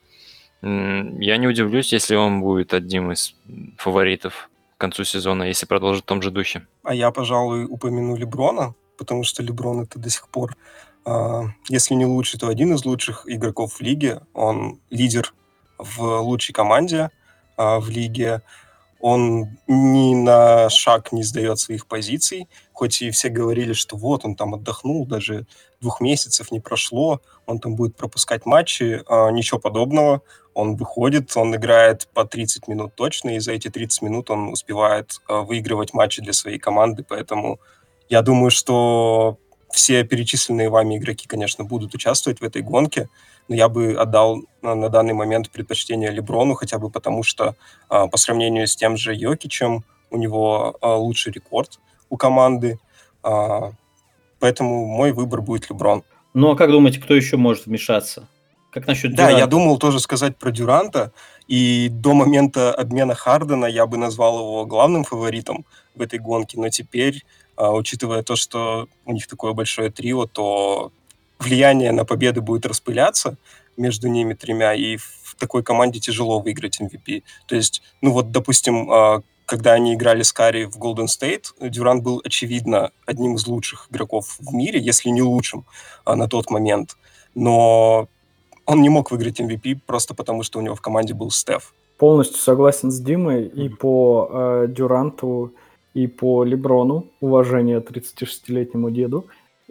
М, Я не удивлюсь, если он будет одним из фаворитов к концу сезона, если продолжит в том же духе. А я, пожалуй, упомяну Леброна, потому что Леброн — это до сих пор а, если не лучший, то один из лучших игроков в лиге. Он лидер в лучшей команде а, в лиге. Он ни на шаг не сдает своих позиций, хоть и все говорили, что вот он там отдохнул, даже двух месяцев не прошло, он там будет пропускать матчи, а, ничего подобного. Он выходит, он играет по тридцать минут точно, и за эти тридцать минут он успевает а, выигрывать матчи для своей команды, поэтому я думаю, что все перечисленные вами игроки, конечно, будут участвовать в этой гонке, но я бы отдал на, на данный момент предпочтение Леброну, хотя бы потому, что а, по сравнению с тем же Йокичем у него а, лучший рекорд у команды, а, поэтому мой выбор будет Леброн. Ну, а как думаете, кто еще может вмешаться? Как насчет Да, я Дюранта? думал тоже сказать про Дюранта, и до момента обмена Хардена я бы назвал его главным фаворитом в этой гонке, но теперь, а, учитывая то, что у них такое большое трио, то влияние на победы будет распыляться между ними тремя, и в такой команде тяжело выиграть эм ви пи. То есть, ну вот, допустим, а, когда они играли с Карри в Golden State, Дюрант был, очевидно, одним из лучших игроков в мире, если не лучшим а, на тот момент. Но он не мог выиграть эм ви пи просто потому, что у него в команде был Стеф. Полностью согласен с Димой и по э, Дюранту, и по Леброну, уважение тридцатишестилетнему деду.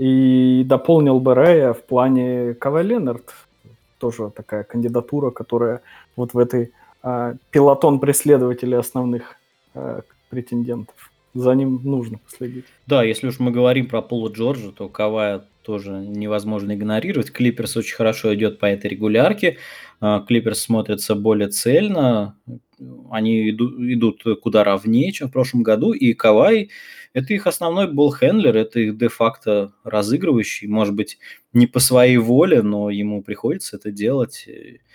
И дополнил бы Рэя в плане Кавай Ленард. Тоже такая кандидатура, которая вот в этой э, пелотон преследователей основных э, претендентов. За ним нужно последить. Да, если уж мы говорим про Пола Джорджа, то Кавая тоже невозможно игнорировать. Клиперс очень хорошо идет по этой регулярке. Клиперс смотрятся более цельно. Они иду, идут куда ровнее, чем в прошлом году. И Кавай – это их основной болл-хендлер, это их де-факто разыгрывающий. Может быть, не по своей воле, но ему приходится это делать.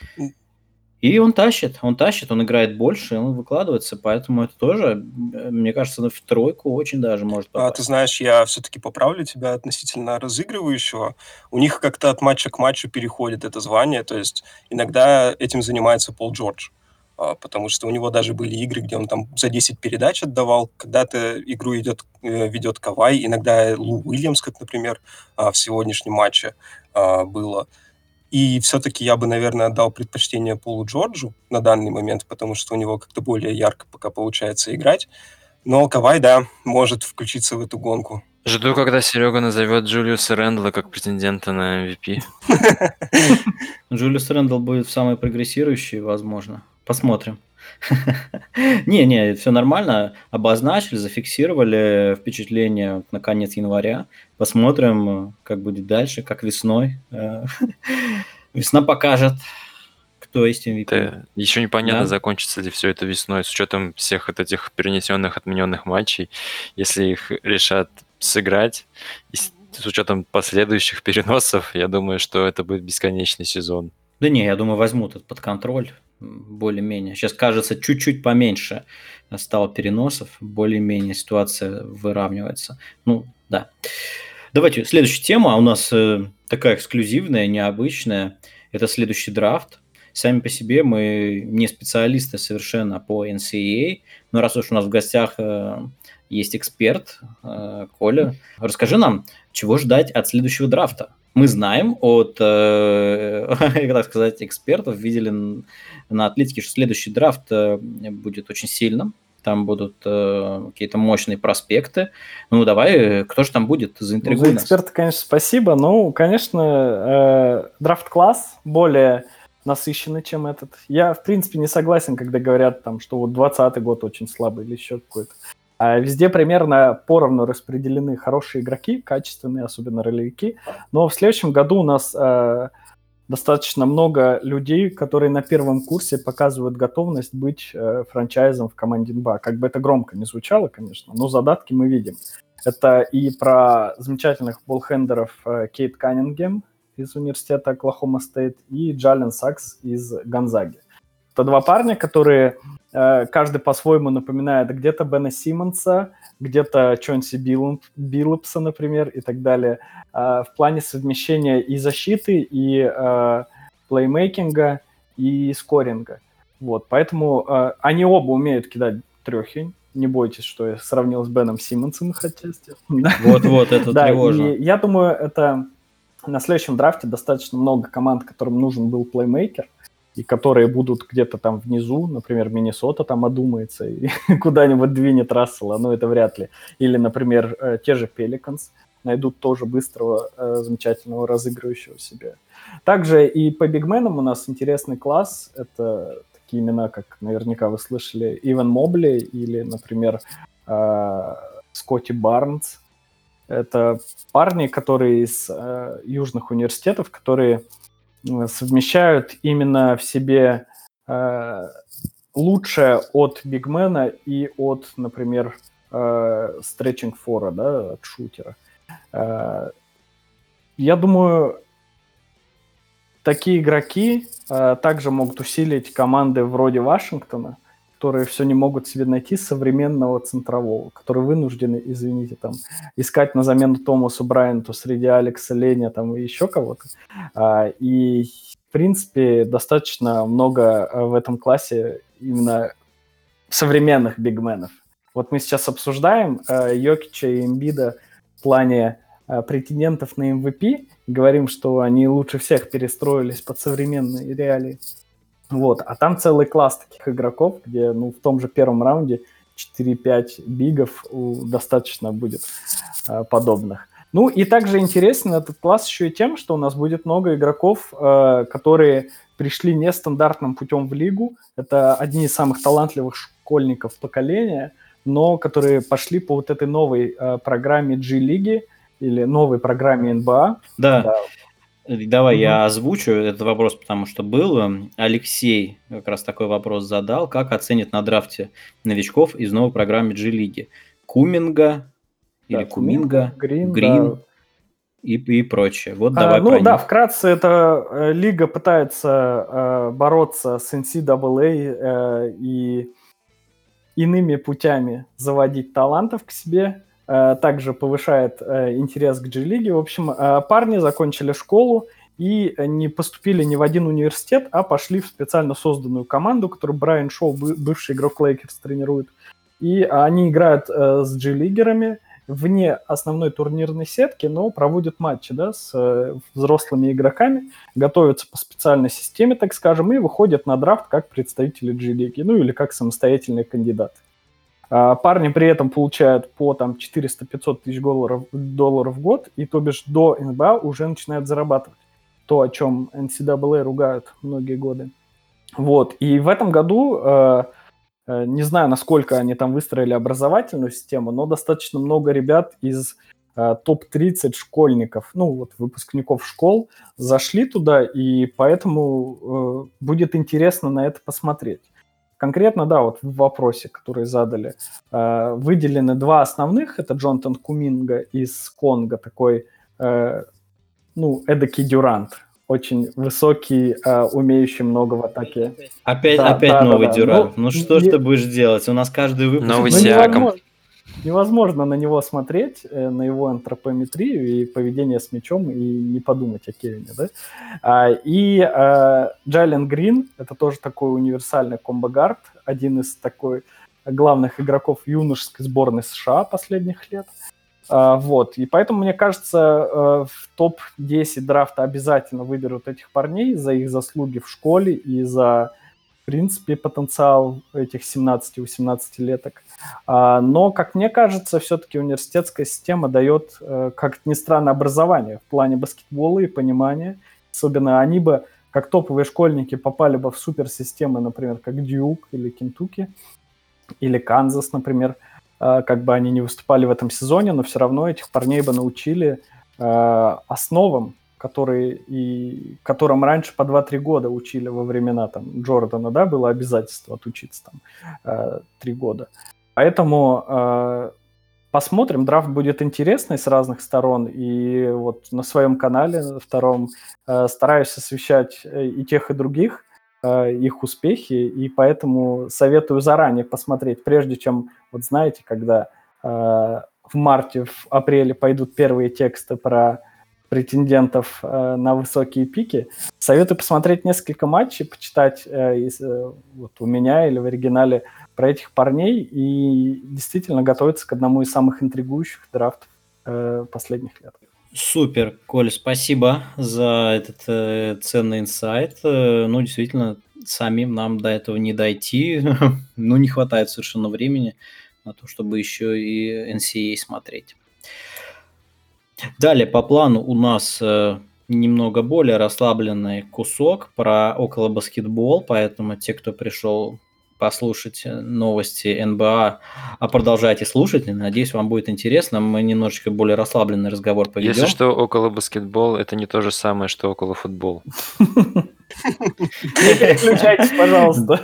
И он тащит, он тащит, он играет больше, он выкладывается, поэтому это тоже, мне кажется, в тройку очень даже может попасть. А, ты знаешь, я все-таки поправлю тебя относительно разыгрывающего. У них как-то от матча к матчу переходит это звание, то есть иногда этим занимается Пол Джордж, а, потому что у него даже были игры, где он там за десять передач отдавал, когда-то игру идет, ведет Кавай, иногда Лу Уильямс, как, например, а, в сегодняшнем матче а, было. И все-таки я бы, наверное, отдал предпочтение Полу Джорджу на данный момент, потому что у него как-то более ярко пока получается играть. Но Кавай, да, может включиться в эту гонку. Жду, когда Серега назовет Джулиуса Рэндла как претендента на эм ви пи. Джулиус Рэндл будет самый прогрессирующий, возможно. Посмотрим. Не-не, все нормально. Обозначили, зафиксировали впечатление на конец января. Посмотрим, как будет дальше, как весной. Весна покажет, кто есть эм ви пи. Да, еще непонятно, Да. закончится ли все это весной, с учетом всех вот этих перенесенных, отмененных матчей. Если их решат сыграть, и с с учетом последующих переносов, я думаю, что это будет бесконечный сезон. Да не, я думаю, возьмут это под контроль м, более-менее. Сейчас, кажется, чуть-чуть поменьше стало переносов, более-менее ситуация выравнивается. Ну, да. Давайте следующая тема, у нас э, такая эксклюзивная, необычная. Это следующий драфт. Сами по себе мы не специалисты совершенно по эн си эй эй, но раз уж у нас в гостях э, есть эксперт, э, Коля, расскажи нам, чего ждать от следующего драфта. Мы знаем от, э, как сказать, экспертов, видели н- на Атлетике, что следующий драфт э, будет очень сильным. Там будут э, какие-то мощные проспекты. Ну, давай, э, кто же там будет? Ну, Заинтригуй за нас. эксперта, конечно, спасибо. Ну, конечно, э, драфт-класс более насыщенный, чем этот. Я, в принципе, не согласен, когда говорят, там, что вот двадцатый год очень слабый или еще какой-то. А везде примерно поровну распределены хорошие игроки, качественные, особенно ролевики. Но в следующем году у нас э, достаточно много людей, которые на первом курсе показывают готовность быть э, франчайзом в команде эн би эй. Как бы это громко не звучало, конечно, но задатки мы видим. Это и про замечательных боллхендеров э, Кейт Каннингем из университета Оклахома Стейт и Джален Сакс из Гонзаги. Это два парня, которые э, каждый по-своему напоминает где-то Бена Симмонса, где-то Чонси Биллупса, например, и так далее. Э, в плане совмещения и защиты, и э, плеймейкинга, и скоринга. Вот, поэтому э, они оба умеют кидать трехи. Не бойтесь, что я сравнил с Беном Симмонсом их отчасти. Вот-вот, это Да, тревожно. и я думаю, это на следующем драфте достаточно много команд, которым нужен был плеймейкер, и которые будут где-то там внизу, например, Миннесота там одумается и куда-нибудь двинет Рассела, но это вряд ли. Или, например, э, те же Pelicans найдут тоже быстрого, э, замечательного разыгрывающего себя. Также и по бигменам у нас интересный класс. Это такие имена, как наверняка вы слышали, Иван Мобли или, например, э, Скотти Барнс. Это парни, которые из э, южных университетов, которые совмещают именно в себе э, лучшее от бигмена и от, например, э, стретчинг фора, да, от шутера. Э, я думаю, такие игроки э, также могут усилить команды вроде Вашингтона, которые все не могут себе найти современного центрового, которые вынуждены, извините, там, искать на замену Томасу Брайанту среди Алекса Леня там, и еще кого-то. А, и, в принципе, достаточно много в этом классе именно современных бигменов. Вот мы сейчас обсуждаем а, Йокича и Эмбида в плане а, претендентов на эм ви пи, говорим, что они лучше всех перестроились под современные реалии. Вот. А там целый класс таких игроков, где ну, в том же первом раунде четыре-пять бигов у, достаточно будет э, подобных. Ну и также интересен этот класс еще и тем, что у нас будет много игроков, э, которые пришли нестандартным путем в лигу. Это одни из самых талантливых школьников поколения, но которые пошли по вот этой новой э, программе G-лиги или новой программе эн би эй. Да. Да. Давай Мгм. я озвучу этот вопрос, потому что был. Алексей как раз такой вопрос задал. Как оценит на драфте новичков из новой программы G-лиги? Куминга или Да, Куминга, Куминга, Грин, Грин да. и, и прочее. Вот А, давай ну про да, них. вкратце, эта э, лига пытается э, бороться с эн си эй эй э, и иными путями заводить талантов к себе, э, также повышает э, интерес к G-лиге. В общем, э, парни закончили школу и не поступили ни в один университет, а пошли в специально созданную команду, которую Брайан Шоу, бы- бывший игрок Лейкерс, тренирует. И они играют э, с G-лигерами вне основной турнирной сетки, но проводят матчи, да, с э, взрослыми игроками, готовятся по специальной системе, так скажем, и выходят на драфт как представители G-лиги, ну или как самостоятельные кандидаты. А парни при этом получают по там четыреста-пятьсот тысяч долларов, долларов в год, и то бишь до эн би эй уже начинают зарабатывать. То, о чем эн си эй эй ругают многие годы. Вот. И в этом году, э, э, не знаю, насколько они там выстроили образовательную систему, но достаточно много ребят из э, топ тридцать школьников, ну вот выпускников школ, зашли туда, и поэтому э, будет интересно на это посмотреть. Конкретно, да, вот в вопросе, который задали, э, выделены два основных. Это Джонатан Куминга из Конго, такой, э, ну, эдакий Дюрант. Очень высокий, э, умеющий много в атаке. Опять, Да, опять да, да, новый да. Дюрант. Ну, Ну, что ж не- ты будешь делать? У нас каждый выпуск... Новый ну, новый. Сиаком. невозможно, невозможно на него смотреть, э, на его антропометрию и поведение с мячом, и не подумать о Кевине, да? А, и э, Джайлен Грин, это тоже такой универсальный комбо-гард, один из такой главных игроков юношеской сборной США последних лет. А, вот, и поэтому, мне кажется, э, в топ десять драфта обязательно выберут этих парней за их заслуги в школе и за, в принципе, потенциал этих семнадцати-восемнадцатилеток. А, но, как мне кажется, все-таки университетская система дает, э, как ни странно, образование в плане баскетбола и понимания. Особенно они бы, как топовые школьники, попали бы в суперсистемы, например, как Дьюк или Кентукки, или Канзас, например, э, как бы они не выступали в этом сезоне, но все равно этих парней бы научили э, основам, которые и которым раньше по два-три года учили во времена там Джордана, да, было обязательство отучиться там э, три года. Поэтому э, посмотрим, драфт будет интересный с разных сторон, и вот на своем канале, на втором, э, стараюсь освещать э, и тех, и других, э, их успехи, и поэтому советую заранее посмотреть, прежде чем, вот знаете, когда э, в марте, в апреле пойдут первые тексты про претендентов э, на высокие пики, советую посмотреть несколько матчей, почитать э, из, э, вот у меня или в оригинале про этих парней и действительно готовиться к одному из самых интригующих драфтов э, последних лет. Супер, Коля, спасибо за этот э, ценный инсайт. Э, ну, действительно, самим нам до этого не дойти. Ну, не хватает совершенно времени на то, чтобы еще и эн си эй эй смотреть. Далее по плану у нас э, немного более расслабленный кусок про околобаскетбол, поэтому те, кто пришел послушать э, новости эн бэ а, а продолжайте слушать. Надеюсь, вам будет интересно. Мы немножечко более расслабленный разговор Если поведем. что, около баскетбол это не то же самое, что около футбол. Не переключайтесь, пожалуйста.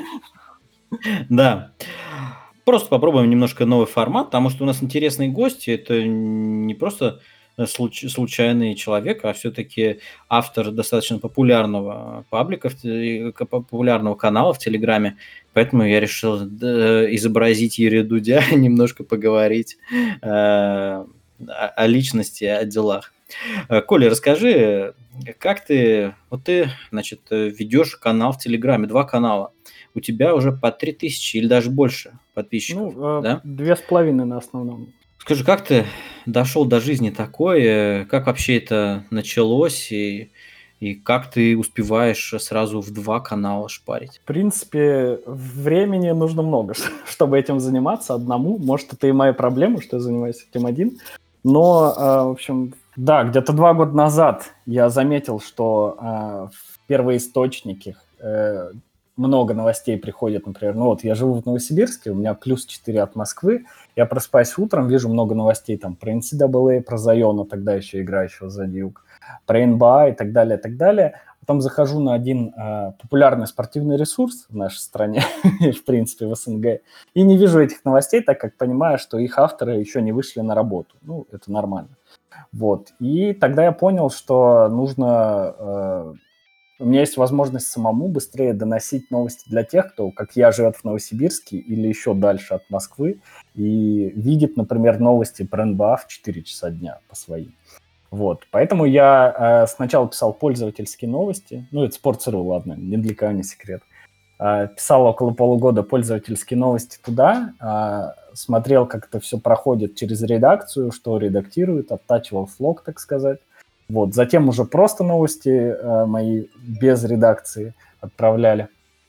Да. Просто попробуем немножко новый формат, потому что у нас интересные гости. Это не просто случ- случайный человек, а все-таки автор достаточно популярного паблика, в те- к- популярного канала в Телеграме. Поэтому я решил да, изобразить Юрия Дудя, немножко поговорить э, о, о личности, о делах. Э, Коля, расскажи, как ты, вот ты, значит, э, ведешь канал в Телеграме, два канала. У тебя уже по три тысячи или даже больше подписчиков, Ну, э, да? две с половиной на основном. Скажи, как ты дошел до жизни такой? э, Как вообще это началось? И, и как ты успеваешь сразу в два канала шпарить? В принципе, времени нужно много, чтобы этим заниматься одному. Может, это и моя проблема, что я занимаюсь этим один. Но, э, в общем, да, где-то два года назад я заметил, что э, в первоисточники э, много новостей приходит, например, ну вот я живу в Новосибирске, у меня плюс четыре от Москвы, я просыпаюсь утром, вижу много новостей там про эн си эй эй, про Зайона, тогда еще играющего за Дьюк, про эн бэ а и так далее, и так далее. Потом захожу на один э, популярный спортивный ресурс в нашей стране, в принципе, в эс эн гэ, и не вижу этих новостей, так как понимаю, что их авторы еще не вышли на работу. Ну, это нормально. Вот. И тогда я понял, что нужно... Э, у меня есть возможность самому быстрее доносить новости для тех, кто, как я, живет в Новосибирске или еще дальше от Москвы и видит, например, новости про эн бэ а в четыре часа дня по своим. Вот. Поэтому я э, сначала писал пользовательские новости. Ну, это Sports точка ру, ладно, ни для кого не секрет. Э, писал около полугода пользовательские новости туда, э, смотрел, как это все проходит через редакцию, что редактируют, оттачивал флог, так сказать. Вот. Затем уже просто новости э, мои без редакции отправляли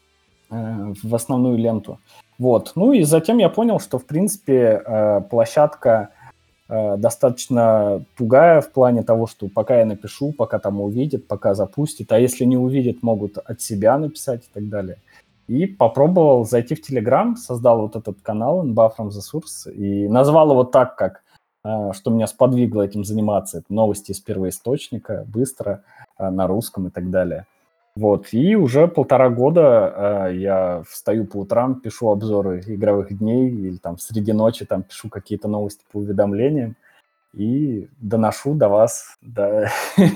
э, в основную ленту. Вот. Ну и затем я понял, что, в принципе, э, площадка э, достаточно тугая в плане того, что пока я напишу, пока там увидят, пока запустят, а если не увидят, могут от себя написать и так далее. И попробовал зайти в Telegram, создал вот этот канал эн бэ а from the Source и назвал его так, как что меня сподвигло этим заниматься. Это новости из первоисточника, быстро, на русском и так далее. Вот. И уже полтора года э, я встаю по утрам, пишу обзоры игровых дней, или там среди ночи там пишу какие-то новости по уведомлениям и доношу до вас до,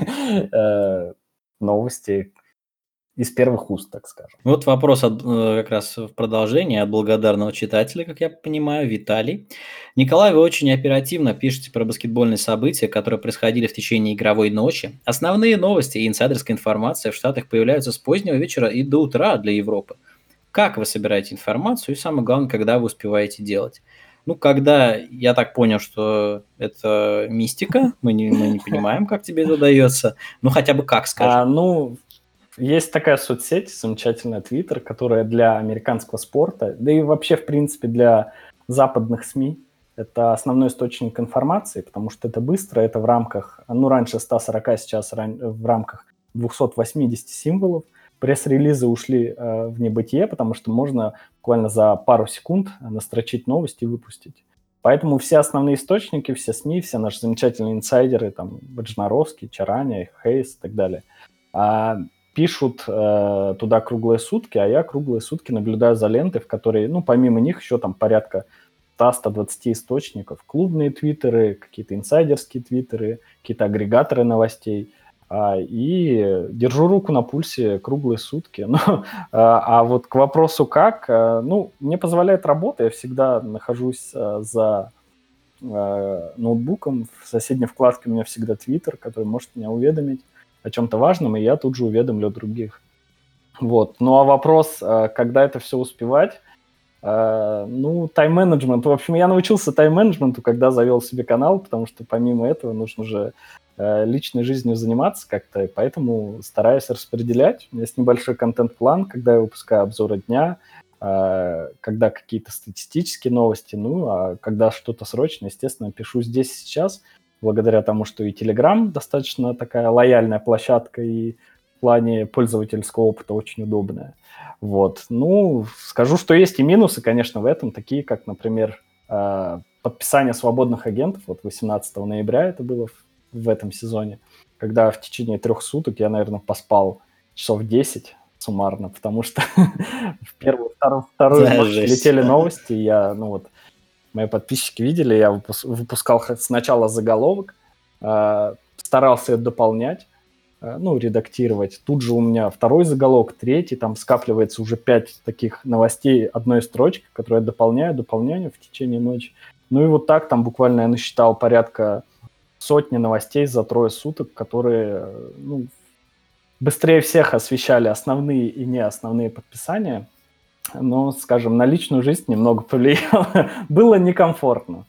э, новости из первых уст, так скажем. Вот вопрос от, э, как раз в продолжение от благодарного читателя, как я понимаю, Виталий. Николай, вы очень оперативно пишете про баскетбольные события, которые происходили в течение игровой ночи. Основные новости и инсайдерская информация в Штатах появляются с позднего вечера и до утра для Европы. Как вы собираете информацию и, самое главное, когда вы успеваете делать? Ну, когда я так понял, что это мистика, мы не, мы не понимаем, как тебе это удается. Ну, хотя бы как, скажи. А, ну, есть такая соцсеть, замечательная Twitter, которая для американского спорта, да и вообще, в принципе, для западных СМИ, это основной источник информации, потому что это быстро, это в рамках, ну, раньше сто сорок, сейчас в рамках двести восемьдесят символов. Пресс-релизы ушли э, в небытие, потому что можно буквально за пару секунд настрочить новости и выпустить. Поэтому все основные источники, все СМИ, все наши замечательные инсайдеры, там, Баджнаровский, Чараня, Хейс и так далее, а, пишут э, туда круглые сутки, а я круглые сутки наблюдаю за лентой, в которой, ну, помимо них еще там порядка сто двадцать источников, клубные твиттеры, какие-то инсайдерские твиттеры, какие-то агрегаторы новостей, а, и держу руку на пульсе круглые сутки. Ну, а, а вот к вопросу как, а, ну, мне позволяет работа, я всегда нахожусь а, за а, ноутбуком, в соседней вкладке у меня всегда твиттер, который может меня уведомить о чем-то важном, и я тут же уведомлю других. Вот. Ну а вопрос, когда это все успевать, А, ну, тайм-менеджмент. В общем, я научился тайм-менеджменту, когда завел себе канал, потому что помимо этого нужно же э, личной жизнью заниматься как-то, и поэтому стараюсь распределять. У меня есть небольшой контент-план, когда я выпускаю обзоры дня, э, когда какие-то статистические новости, ну, а когда что-то срочное, естественно, пишу здесь и сейчас, благодаря тому, что и Telegram достаточно такая лояльная площадка, и в плане пользовательского опыта очень удобная. Вот. Ну, скажу, что есть и минусы, конечно, в этом, такие как, например, э, подписание свободных агентов. Вот восемнадцатого ноября это было в, в этом сезоне, когда в течение трех суток я, наверное, поспал часов десять суммарно, потому что в первую, вторую, вторую Да, ночь жесть. летели новости, и я, ну вот, мои подписчики видели, я выпус- выпускал х- сначала заголовок, э, старался это дополнять, э, ну, редактировать. Тут же у меня второй заголовок, третий, там скапливается уже пять таких новостей одной строчки, которые я дополняю, дополняю в течение ночи. Ну и вот так там буквально я насчитал порядка сотни новостей за трое суток, которые, э, ну, быстрее всех освещали основные и не основные подписания. Но, скажем, на личную жизнь немного повлияло. Было некомфортно.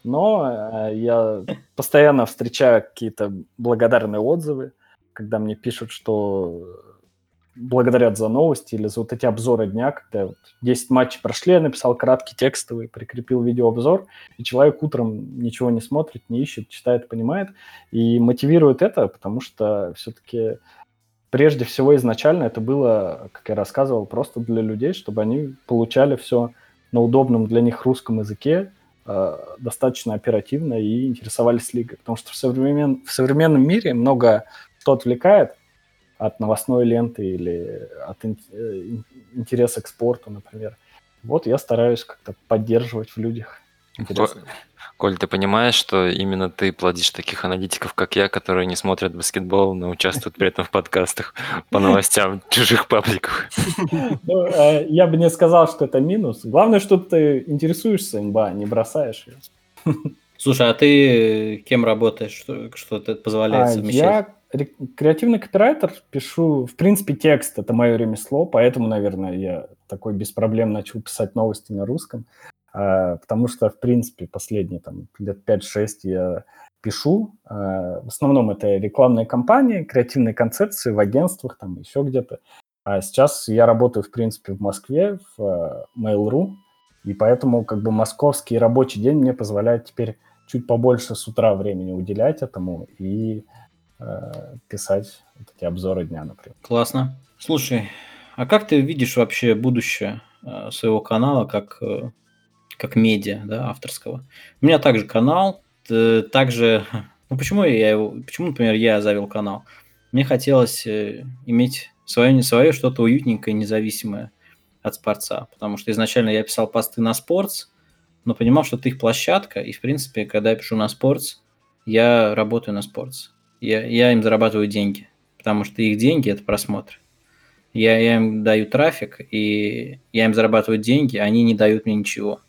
Но э, я постоянно встречаю какие-то благодарные отзывы, когда мне пишут, что благодарят за новости или за вот эти обзоры дня, когда вот десять матчей прошли, я написал краткий текстовый, прикрепил видеообзор, и человек утром ничего не смотрит, не ищет, читает, понимает, и мотивирует это, потому что все-таки прежде всего изначально это было, как я рассказывал, просто для людей, чтобы они получали все на удобном для них русском языке, э, достаточно оперативно и интересовались лигой. Потому что в, современ... в современном мире много что отвлекает от новостной ленты или от ин- э, интереса к спорту, например. Вот я стараюсь как-то поддерживать в людях интерес. Ко- Коль, ты понимаешь, что именно ты плодишь таких аналитиков, как я, которые не смотрят баскетбол, но участвуют при этом в подкастах по новостям чужих пабликов? Ну, э, я бы не сказал, что это минус. Главное, что ты интересуешься эн бэ а, не бросаешь ее. Слушай, а ты кем работаешь? Что, что это позволяет А совмещать? я ре- креативный копирайтер, пишу, в принципе, текст, это мое ремесло, поэтому, наверное, я такой без проблем начал писать новости на русском, А, потому что, в принципе, последние там лет пять-шесть я пишу. А, в основном это рекламные кампании, креативные концепции в агентствах, там еще где-то. А сейчас я работаю, в принципе, в Москве, в э, Mail.ru, и поэтому как бы московский рабочий день мне позволяет теперь чуть побольше с утра времени уделять этому и э, писать вот эти обзоры дня, например. Классно. Слушай, а как ты видишь вообще будущее э, своего канала как, э, как медиа, да, авторского? У меня также канал, т- также... Ну, почему я его... Почему, например, я завел канал? Мне хотелось э, иметь свое, свое что-то уютненькое, независимое от спорта, потому что изначально я писал посты на спортс, но понимал, что это их площадка, и, в принципе, когда я пишу на спортс, я работаю на спортс. Я, я им зарабатываю деньги, потому что их деньги – это просмотры. Я, я им даю трафик, и я им зарабатываю деньги, а они не дают мне ничего.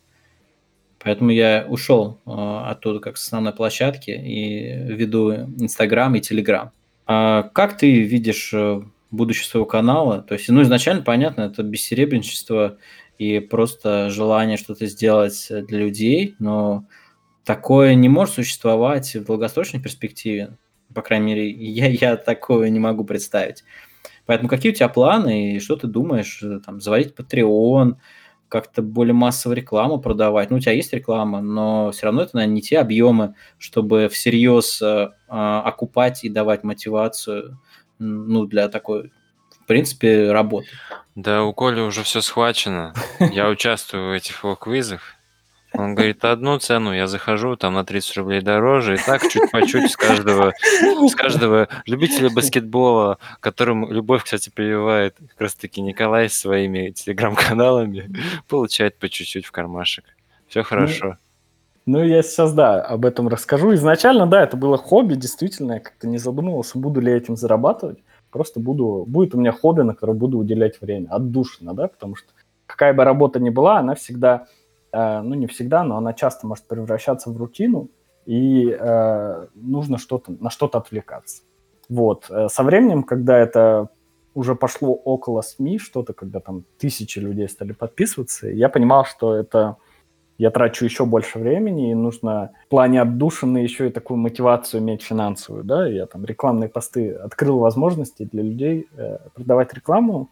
Поэтому я ушел э, оттуда как с основной площадки и веду Инстаграм и Телеграм. А как ты видишь э, будущее своего канала? То есть, ну, изначально, понятно, это бессеребренничество и просто желание что-то сделать для людей, но такое не может существовать в долгосрочной перспективе. По крайней мере, я, я такое не могу представить. Поэтому какие у тебя планы и что ты думаешь? э, Там, заводить Patreon, как-то более массово рекламу продавать? Ну, у тебя есть реклама, но все равно это, наверное, не те объемы, чтобы всерьез э, а, окупать и давать мотивацию, м, ну, для такой, в принципе, работы. Да, у Коли уже все схвачено. Я участвую в этих его квизах. Он говорит, одну цену, я захожу, там на тридцать рублей дороже, и так чуть по чуть с каждого, с каждого любителя баскетбола, которым любовь, кстати, прививает как раз-таки Николай своими телеграм-каналами, получает по чуть-чуть в кармашек. Все Ну, хорошо. ну, я сейчас, да, об этом расскажу. Изначально, да, это было хобби, действительно, я как-то не задумывался, буду ли я этим зарабатывать. Просто буду, будет у меня хобби, на которое буду уделять время, отдушина, да, потому что какая бы работа ни была, она всегда, э, ну, не всегда, но она часто может превращаться в рутину, и э, нужно что-то, на что-то отвлекаться. Вот. Э, Со временем, когда это уже пошло около СМИ что-то, когда там тысячи людей стали подписываться, я понимал, что это я трачу еще больше времени, и нужно в плане отдушины еще и такую мотивацию иметь финансовую, да, я там рекламные посты открыл возможности для людей э, продавать рекламу,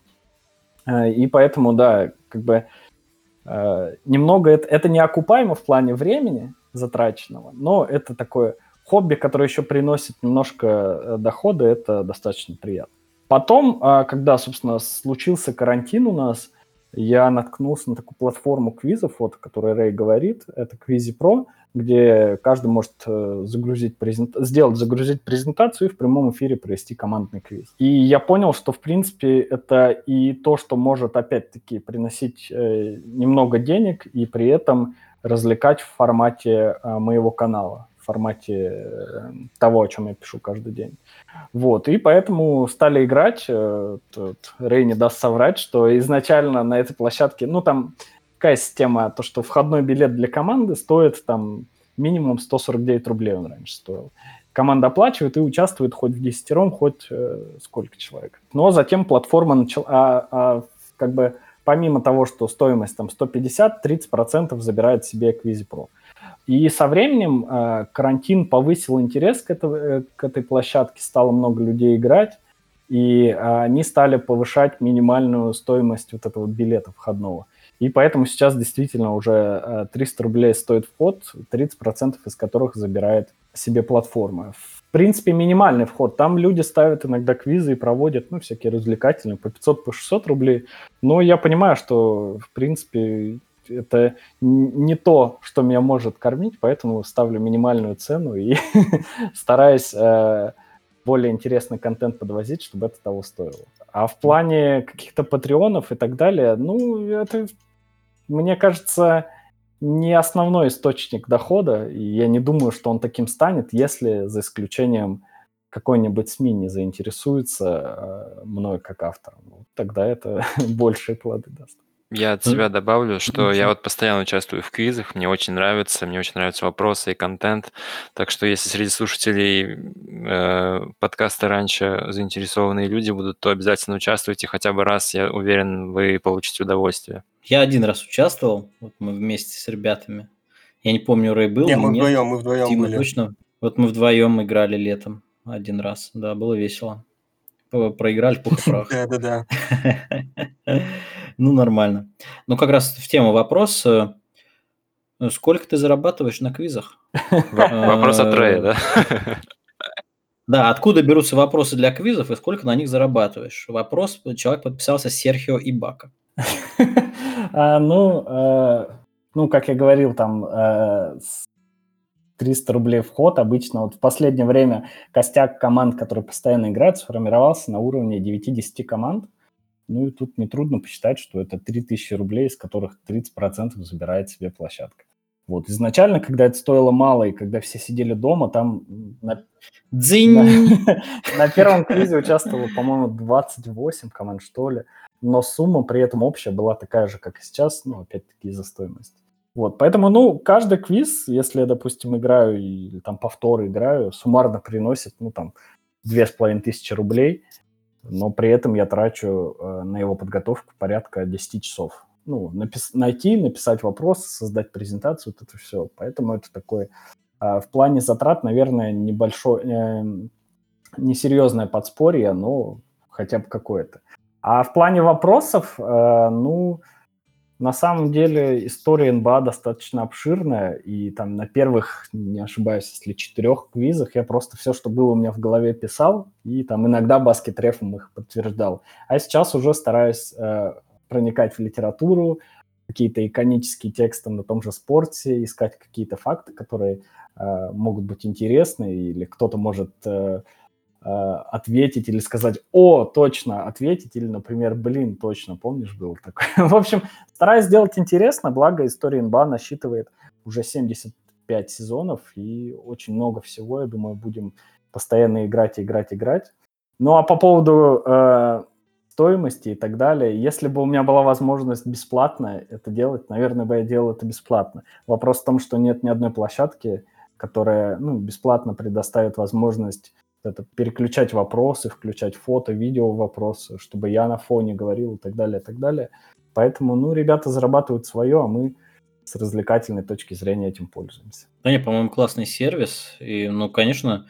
э, и поэтому, да, как бы э, немного это, это не окупаемо в плане времени затраченного, но это такое хобби, которое еще приносит немножко дохода, это достаточно приятно. Потом, когда, собственно, случился карантин у нас, я наткнулся на такую платформу квизов, вот, о которой Рэй говорит, это Quizipro, где каждый может загрузить презент... сделать, загрузить презентацию и в прямом эфире провести командный квиз. И я понял, что, в принципе, это и то, что может, опять-таки, приносить э, немного денег и при этом развлекать в формате э, моего канала, в формате э, того, о чем я пишу каждый день. Вот, и поэтому стали играть. Тут Рэй не даст соврать, что изначально на этой площадке, ну, там такая система, то, что входной билет для команды стоит там минимум сто сорок девять рублей он раньше стоил. Команда оплачивает и участвует хоть в десятером, хоть э, сколько человек. Но затем платформа начала, а, а, как бы помимо того, что стоимость там сто пятьдесят, тридцать процентов забирает себе Quizipro. И со временем э, карантин повысил интерес к, это, к этой площадке, стало много людей играть, и э, они стали повышать минимальную стоимость вот этого билета входного. И поэтому сейчас действительно уже э, триста рублей стоит вход, тридцать процентов из которых забирает себе платформа. В принципе, минимальный вход. Там люди ставят иногда квизы и проводят, ну, всякие развлекательные, по пятьсот, по шестьсот рублей. Но я понимаю, что, в принципе, это не то, что меня может кормить, поэтому ставлю минимальную цену и стараюсь э, более интересный контент подвозить, чтобы это того стоило. А в плане каких-то патреонов и так далее, ну, это, мне кажется, не основной источник дохода, и я не думаю, что он таким станет, если за исключением какой-нибудь СМИ не заинтересуется э, мной как автором. Ну, тогда это большие плоды даст. Я от себя добавлю, что я вот постоянно участвую в квизах, мне очень нравится, мне очень нравятся вопросы и контент. Так что если среди слушателей э, подкаста раньше заинтересованные люди будут, то обязательно участвуйте хотя бы раз, я уверен, вы получите удовольствие. Я один раз участвовал, вот мы вместе с ребятами. Я не помню, Рэй был Не, или мы нет. вдвоем, мы вдвоем Тима были. точно. Вот мы вдвоем играли летом один раз. Да, было весело. Про- Проиграли в пух и прах. Да-да-да. Ну, нормально. Ну, как раз в тему вопрос. э, Сколько ты зарабатываешь на квизах? В- Вопрос от Рэя, да? Да, откуда берутся вопросы для квизов и сколько на них зарабатываешь? Вопрос, человек подписался Серхио Ибака. А, ну, э, ну, как я говорил, там э, с триста рублей вход. Обычно вот в последнее время костяк команд, которые постоянно играют, сформировался на уровне девять-десять команд. Ну и тут нетрудно посчитать, что это три тысячи рублей, из которых тридцать процентов забирает себе площадка. Вот. Изначально, когда это стоило мало, и когда все сидели дома, там на, Дзинь! на, на первом квизе участвовало, по-моему, двадцать восемь команд, что ли. Но сумма при этом общая была такая же, как и сейчас, ну, опять-таки, из-за стоимости. Вот, поэтому, ну, каждый квиз, если я, допустим, играю или там повторы играю, суммарно приносит, ну, там, две с половиной тысячи рублей, но при этом я трачу э, на его подготовку порядка десять часов. Ну, напис- найти, написать вопрос, создать презентацию, вот это все. Поэтому это такой, э, в плане затрат, наверное, небольшое, э, несерьезное подспорье, но хотя бы какое-то. А в плане вопросов, э, ну, на самом деле история эн бэ а достаточно обширная, и там на первых, не ошибаюсь, если четырех квизах я просто все, что было у меня в голове, писал, и там иногда баскет-рефом их подтверждал. А сейчас уже стараюсь э, проникать в литературу, какие-то иконические тексты на том же спорте, искать какие-то факты, которые э, могут быть интересны, или кто-то может... Э, ответить или сказать «О, точно!» ответить, или, например, «Блин, точно!» Помнишь, было такое? В общем, стараюсь сделать интересно, благо история эн бэ а насчитывает уже семьдесят пять сезонов, и очень много всего, я думаю, будем постоянно играть, играть, играть. Ну, а по поводу э, стоимости и так далее, если бы у меня была возможность бесплатно это делать, наверное, бы я делал это бесплатно. Вопрос в том, что нет ни одной площадки, которая, ну, бесплатно предоставит возможность это переключать вопросы, включать фото, видео вопросы, чтобы я на фоне говорил и так далее, и так далее. Поэтому, ну, ребята зарабатывают свое, а мы с развлекательной точки зрения этим пользуемся. Да не, по-моему, классный сервис. И, ну, конечно,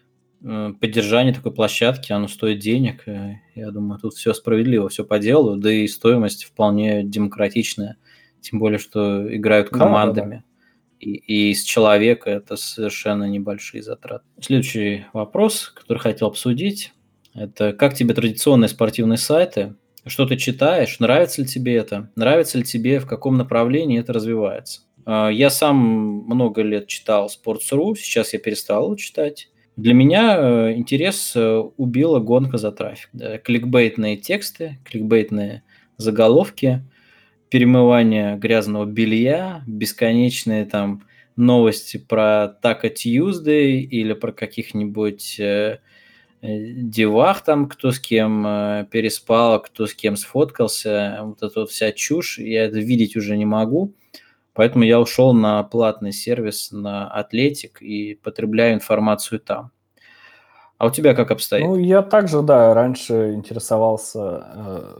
э, поддержание такой площадки, оно стоит денег. э, Я думаю, тут все справедливо, все по делу, да и стоимость вполне демократичная. Тем более, что играют Да, да, да. командами. И, и из человека это совершенно небольшие затраты. Следующий вопрос, который хотел обсудить, это как тебе традиционные спортивные сайты? Что ты читаешь? Нравится ли тебе это? Нравится ли тебе, в каком направлении это развивается? А, Я сам много лет читал Sports.ru, сейчас я перестал его читать. Для меня э, интерес э, убила гонка за трафик. Да, кликбейтные тексты, кликбейтные заголовки, перемывание грязного белья, бесконечные там новости про Taco Tuesday или про каких-нибудь э, э, девах там, кто с кем э, переспал, кто с кем сфоткался, вот эта вот вся чушь, я это видеть уже не могу, поэтому я ушел на платный сервис, на Атлетик и потребляю информацию там. А у тебя как обстоит? Ну, я также, да, раньше интересовался э,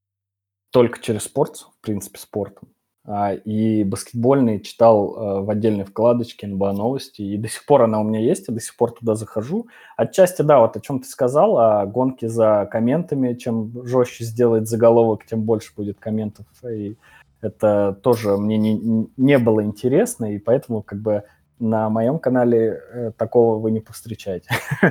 только через спорт, в принципе, спортом. А, и баскетбольный читал э, в отдельной вкладочке эн бэ а новости, и до сих пор она у меня есть, я до сих пор туда захожу. Отчасти, да, вот о чем ты сказал, о гонке за комментами, чем жестче сделает заголовок, тем больше будет комментов, и это тоже мне не, не было интересно, и поэтому как бы на моем канале э, такого вы не повстречаете.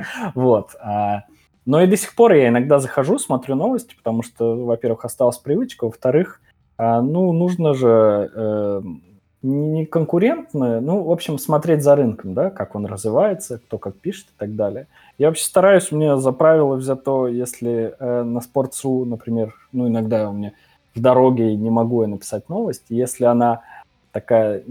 Вот. а, Но и до сих пор я иногда захожу, смотрю новости, потому что, во-первых, осталась привычка, во-вторых, а, ну, нужно же э, не конкурентно, ну, в общем, смотреть за рынком, да, как он развивается, кто как пишет и так далее. Я вообще стараюсь, мне за правило взято, если э, на Sports.ru, например, ну, иногда у меня в дороге не могу я написать новость, если она такая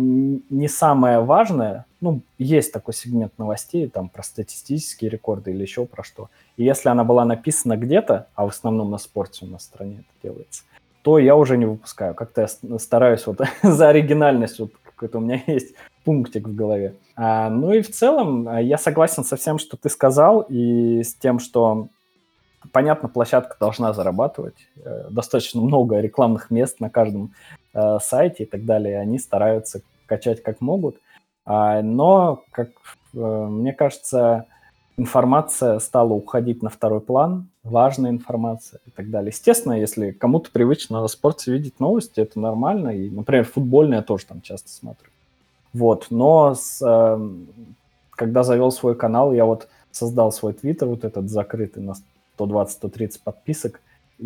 не самая важная, ну, есть такой сегмент новостей, там, про статистические рекорды или еще про что, и если она была написана где-то, а в основном на спорте у нас в стране это делается, то я уже не выпускаю. Как-то я стараюсь вот за оригинальность, вот какой-то у меня есть пунктик в голове. А, ну и в целом я согласен со всем, что ты сказал, и с тем, что, понятно, площадка должна зарабатывать. Достаточно много рекламных мест на каждом э, сайте и так далее. Они стараются качать как могут. А, но, как э, мне кажется, информация стала уходить на второй план, важная информация и так далее. Естественно, если кому-то привычно на спорте видеть новости, это нормально. И, например, футбольные я тоже там часто смотрю. Вот. Но с, э, когда завел свой канал, я вот создал свой твиттер, вот этот закрытый на сто двадцать - сто тридцать подписок,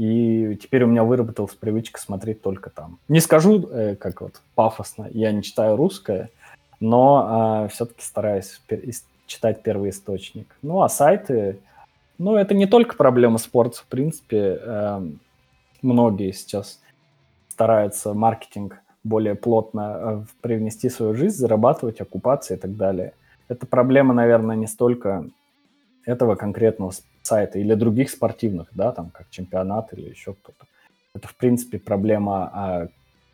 и теперь у меня выработалась привычка смотреть только там. Не скажу, э, как вот пафосно, я не читаю русское, но э, все-таки стараюсь пер- читать первый источник. Ну, а сайты, ну, это не только проблема спорта, в принципе, э, многие сейчас стараются маркетинг более плотно э, привнести в свою жизнь, зарабатывать, окупаться и так далее. Это проблема, наверное, не столько этого конкретного сайта или других спортивных, да, там, как чемпионат или еще кто-то. Это, в принципе, проблема а,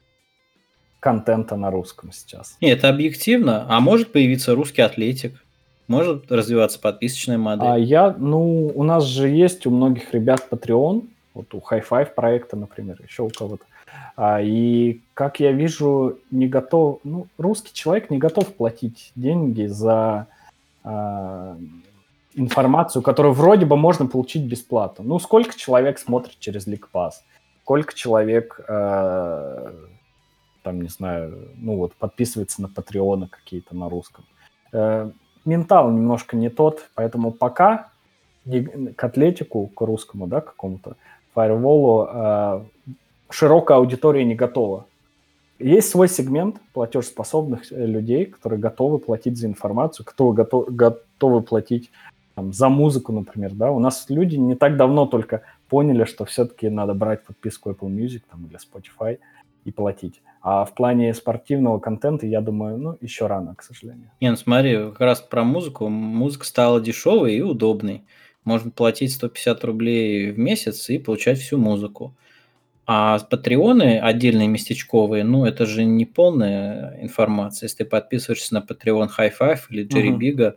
контента на русском сейчас. Нет, это объективно. А может появиться русский атлетик, может развиваться подписочная модель. А я, ну, у нас же есть у многих ребят Patreon, вот у High Five проекта, например, еще у кого-то. А, и, как я вижу, не готов, ну, русский человек не готов платить деньги за а, информацию, которую вроде бы можно получить бесплатно. Ну, сколько человек смотрит через League Pass? Сколько человек, э, там, не знаю, ну вот, подписывается на Патреоны какие-то на русском? Э, ментал немножко не тот, поэтому пока к атлетику, к русскому, да, какому-то фаерволу э, широкая аудитория не готова. Есть свой сегмент платежеспособных людей, которые готовы платить за информацию, которые готовы, готовы платить там, за музыку, например, да. У нас люди не так давно только поняли, что все-таки надо брать подписку Apple Music там, или Spotify и платить. А в плане спортивного контента, я думаю, ну, еще рано, к сожалению. Не, ну смотри, как раз про музыку. Музыка стала дешевой и удобной. Можно платить сто пятьдесят рублей в месяц и получать всю музыку. А патреоны отдельные местечковые, ну, это же не полная информация. Если ты подписываешься на Patreon High Five или Jerry Мгм. Big,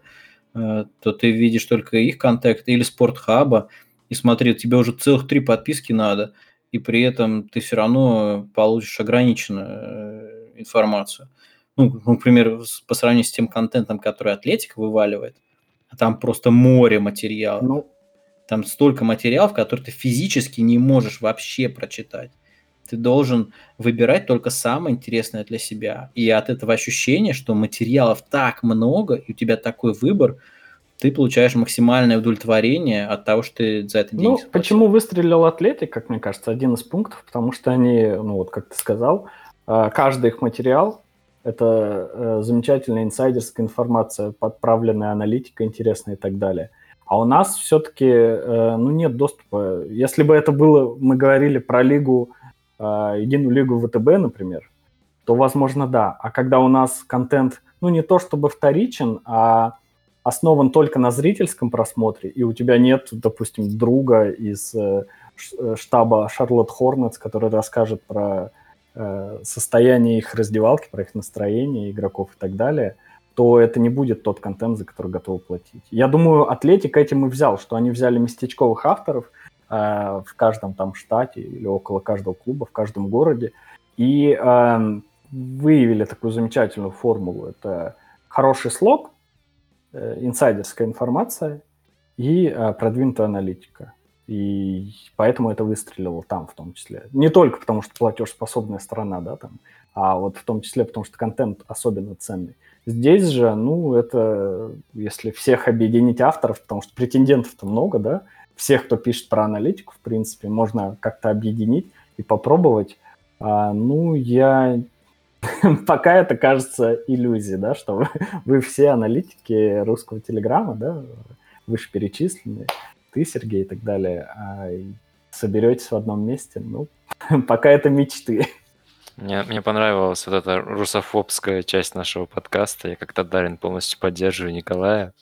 э, то ты видишь только их контакт или Спортхаба, и смотри, тебе уже целых три подписки надо, и при этом ты все равно получишь ограниченную э, информацию. Ну, например, с- по сравнению с тем контентом, который Атлетика вываливает, а там просто море материалов. Ну, Там столько материалов, которые ты физически не можешь вообще прочитать. Ты должен выбирать только самое интересное для себя. И от этого ощущения, что материалов так много, и у тебя такой выбор, ты получаешь максимальное удовлетворение от того, что ты за это деньги ну, заплатил. почему выстрелил Атлетик, как мне кажется, один из пунктов, потому что они, ну вот как ты сказал, э, каждый их материал — это э, замечательная инсайдерская информация, подправленная аналитика интересная и так далее. А у нас все-таки э, ну, нет доступа. Если бы это было, мы говорили про лигу, э, единую лигу ВТБ, например, то, возможно, да. А когда у нас контент, ну, не то чтобы вторичен, а основан только на зрительском просмотре, и у тебя нет, допустим, друга из э, ш- э, штаба Шарлотт Хорнетс, который расскажет про э, состояние их раздевалки, про их настроение игроков и так далее, то это не будет тот контент, за который готовы платить. Я думаю, Атлетик этим и взял, что они взяли местечковых авторов э, в каждом там штате или около каждого клуба, в каждом городе, и э, выявили такую замечательную формулу. Это хороший слог, э, инсайдерская информация и э, продвинутая аналитика. И поэтому это выстрелило там в том числе. Не только потому, что платежеспособная страна, да, там, а вот в том числе потому, что контент особенно ценный. Здесь же, ну, это если всех объединить авторов, потому что претендентов-то много, да, всех, кто пишет про аналитику, в принципе, можно как-то объединить и попробовать. А, ну, я пока это кажется иллюзией, да, что вы, вы все аналитики русского телеграма, да, вышеперечисленные, ты, Сергей, и так далее, а, и соберетесь в одном месте, ну, пока это мечты. Мне, мне понравилась вот эта русофобская часть нашего подкаста. Я как Татарин полностью поддерживаю Николая.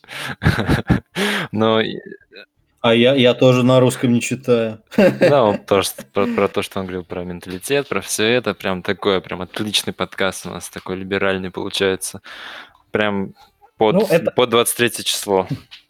Но и- А я, я тоже на русском не читаю. да, он тоже про, про то, что он говорил про менталитет, про все это. Прям такой, прям отличный подкаст у нас такой либеральный получается. Прям под, Ну, это под двадцать третье число.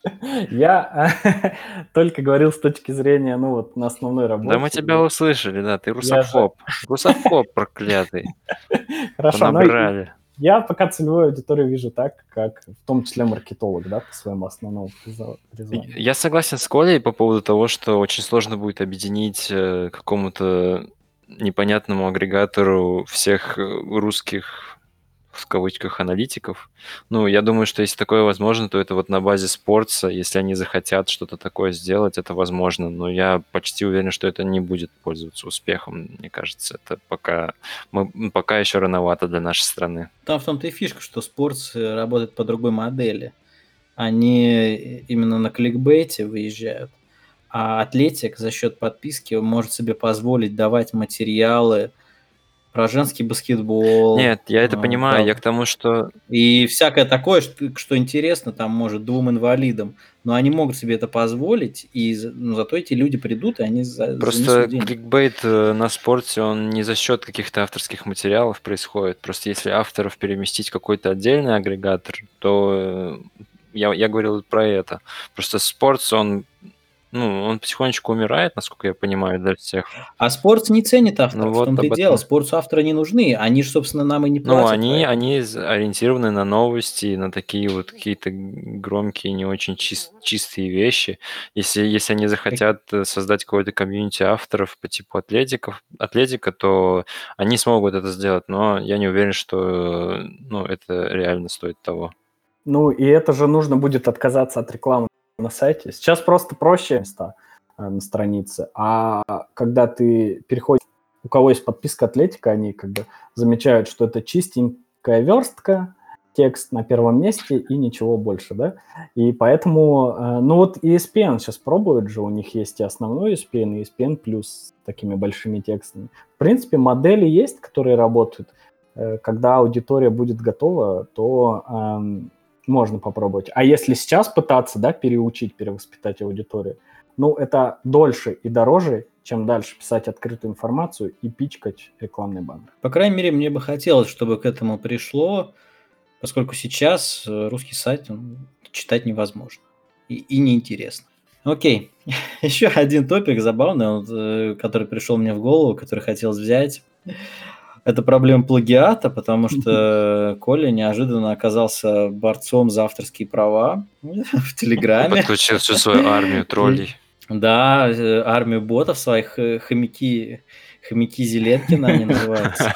я только говорил с точки зрения, ну, вот на основной Да мы работе. тебя услышали, да, ты Я же... русофоб. Русофоб проклятый. Хорошо, но Понабрали. я пока целевую аудиторию вижу так, как в том числе маркетолог, да, по своему основному приза- призванию. Я согласен с Колей по поводу того, что очень сложно будет объединить э, какому-то непонятному агрегатору всех э, русских, в кавычках, аналитиков. Ну, я думаю, что если такое возможно, то это вот на базе спорта, если они захотят что-то такое сделать, это возможно. Но я почти уверен, что это не будет пользоваться успехом. Мне кажется, это пока, мы, пока еще рановато для нашей страны. Там в том-то и фишка, что спорт э, работает по другой модели. Они именно на кликбейте выезжают, а Атлетик за счет подписки может себе позволить давать материалы про женский баскетбол. Нет, я это а, понимаю. про- Я к тому, что И всякое такое, что, что интересно, там может двум инвалидам. Но они могут себе это позволить, и за- ну, зато эти люди придут, и они за- просто занесут деньги. кликбейт э, на спорте, он не за счет каких-то авторских материалов происходит. Просто если авторов переместить в какой-то отдельный агрегатор, то э, я, я говорил про это. Просто спорт, он, ну, он потихонечку умирает, насколько я понимаю, для всех. А спорт не ценит Ну авторов, в вот том-то и об дело. этом. Спорту авторы не нужны, они же, собственно, нам и не Ну, платят. они, поэтому. они з- ориентированы на новости, на такие вот какие-то громкие, не очень чис- чистые вещи. Если, если они захотят э, создать какое-то комьюнити авторов по типу атлетиков, атлетика, то они смогут это сделать, но я не уверен, что э, ну, это реально стоит того. Ну, и это же нужно будет отказаться от рекламы на сайте. Сейчас просто проще места э, на странице. А когда ты переходишь, у кого есть подписка Атлетика, они как бы замечают, что это чистенькая верстка, текст на первом месте и ничего больше, да? И поэтому, э, ну вот и эс пи эн сейчас пробует же, у них есть и основной эс пи эн, и эс пи эн плюс с такими большими текстами. В принципе, модели есть, которые работают. Э, Когда аудитория будет готова, то эм, можно попробовать. А если сейчас пытаться, да, переучить, перевоспитать аудиторию, ну, это дольше и дороже, чем дальше писать открытую информацию и пичкать рекламный баннер. По крайней мере, мне бы хотелось, чтобы к этому пришло, поскольку сейчас э, русский сайт он читать невозможно и, и неинтересно. Окей, еще один топик забавный, вот, э, который пришел мне в голову, который хотелось взять. Это проблема плагиата, потому что Коля неожиданно оказался борцом за авторские права в Телеграме. Подключил всю свою армию троллей. Да, э, армию ботов своих, э, хомяки, хомяки Зеленкина они называются,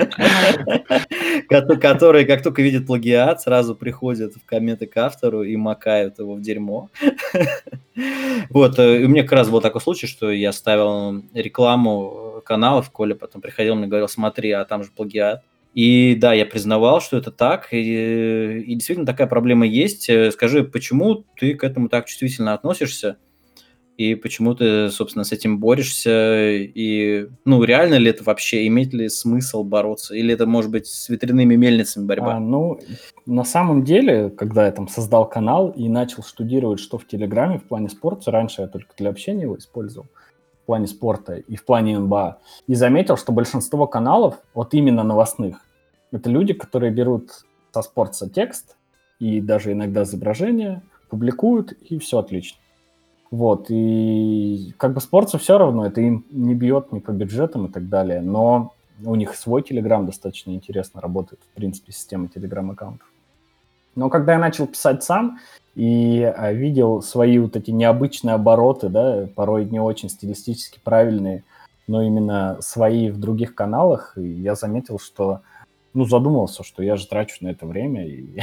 Кото- которые, как только видят плагиат, сразу приходят в комменты к автору и макают его в дерьмо. Вот, э, и у меня как раз был такой случай, что я ставил рекламу э, каналов, Коля потом приходил, мне говорил, смотри, а там же плагиат. И да, я признавал, что это так, и, и действительно такая проблема есть. Э, Скажи, почему ты к этому так чувствительно относишься? И почему ты, собственно, с этим борешься? И, ну, реально ли это вообще? Имеет ли смысл бороться? Или это, может быть, с ветряными мельницами борьба? А, ну, на самом деле, когда я там создал канал и начал штудировать, что в Телеграме в плане спорта, раньше я только для общения его использовал, в плане спорта и в плане эн бэ а, и заметил, что большинство каналов, вот именно новостных, это люди, которые берут со спорта текст и даже иногда изображение, публикуют, и все отлично. Вот, и как бы спорту все равно, это им не бьет ни по бюджетам и так далее, но у них свой Телеграм достаточно интересно работает, в принципе, система Телеграм-аккаунтов. Но когда я начал писать сам и а, видел свои вот эти необычные обороты, да, порой не очень стилистически правильные, но именно свои в других каналах, и я заметил, что, ну, задумался, что я же трачу на это время, и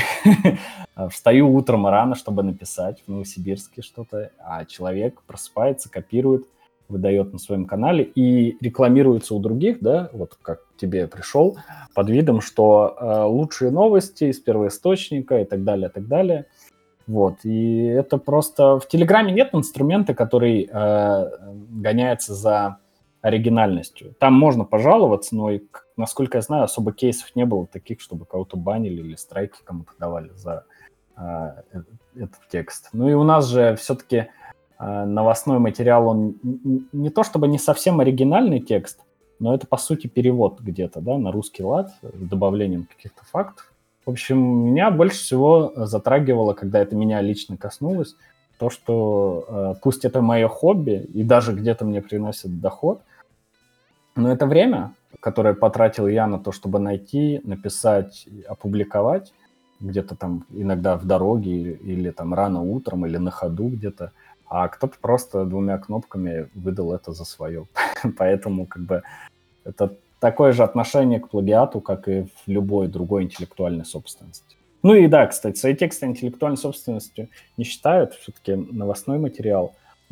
встаю утром рано, чтобы написать в Новосибирске что-то, а человек просыпается, копирует, выдает на своем канале и рекламируется у других, да, вот как тебе пришел, под видом, что э, лучшие новости из первоисточника и так далее, и так далее. Вот, и это просто... В Телеграме нет инструмента, который э, гоняется за оригинальностью. Там можно пожаловаться, но, и, насколько я знаю, особо кейсов не было таких, чтобы кого-то банили или страйки кому-то давали за э, этот текст. Ну и у нас же все-таки э, новостной материал, он не то чтобы не совсем оригинальный текст, но это, по сути, перевод где-то, да, на русский лад с добавлением каких-то фактов. В общем, меня больше всего затрагивало, когда это меня лично коснулось, то, что э, пусть это мое хобби и даже где-то мне приносит доход, но это время, которое потратил я на то, чтобы найти, написать, опубликовать, где-то там иногда в дороге или, или там рано утром, или на ходу где-то, а кто-то просто двумя кнопками выдал это за свое. Поэтому как бы это такое же отношение к плагиату, как и в любой другой интеллектуальной собственности. Ну и да, кстати, свои тексты интеллектуальной собственностью не считают, все-таки новостной материал,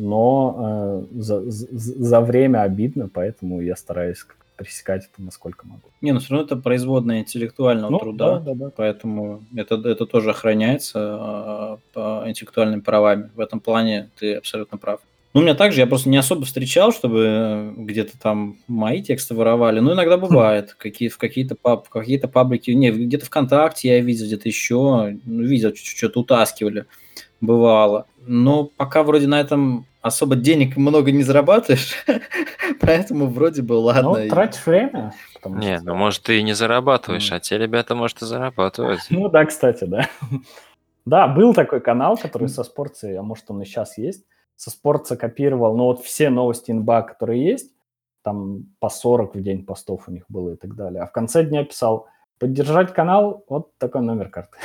но э, за, за, за время обидно, поэтому я стараюсь пресекать это насколько могу. Не, ну все равно это производная интеллектуального Ну, труда, да, да, да. поэтому это, это тоже охраняется э, по интеллектуальными правами. В этом плане ты абсолютно прав. Ну, у меня также, я просто не особо встречал, чтобы где-то там мои тексты воровали. Ну, иногда бывает, какие, в какие-то, паб, какие-то паблики, не, где-то ВКонтакте я видел, где-то еще, ну, видел, что-то утаскивали, бывало. Но пока вроде на этом особо денег много не зарабатываешь, поэтому вроде бы ладно. Ну, тратишь время. Не, ну, может, ты и не зарабатываешь, а те ребята, может, и зарабатывают. Ну, да, кстати, да. Да, был такой канал, который со спорта, а может, он и сейчас есть, со спорта копировал, ну, вот все новости эн бэ а, которые есть, там по сорок в день постов у них было и так далее. А в конце дня писал, поддержать канал, вот такой номер карты.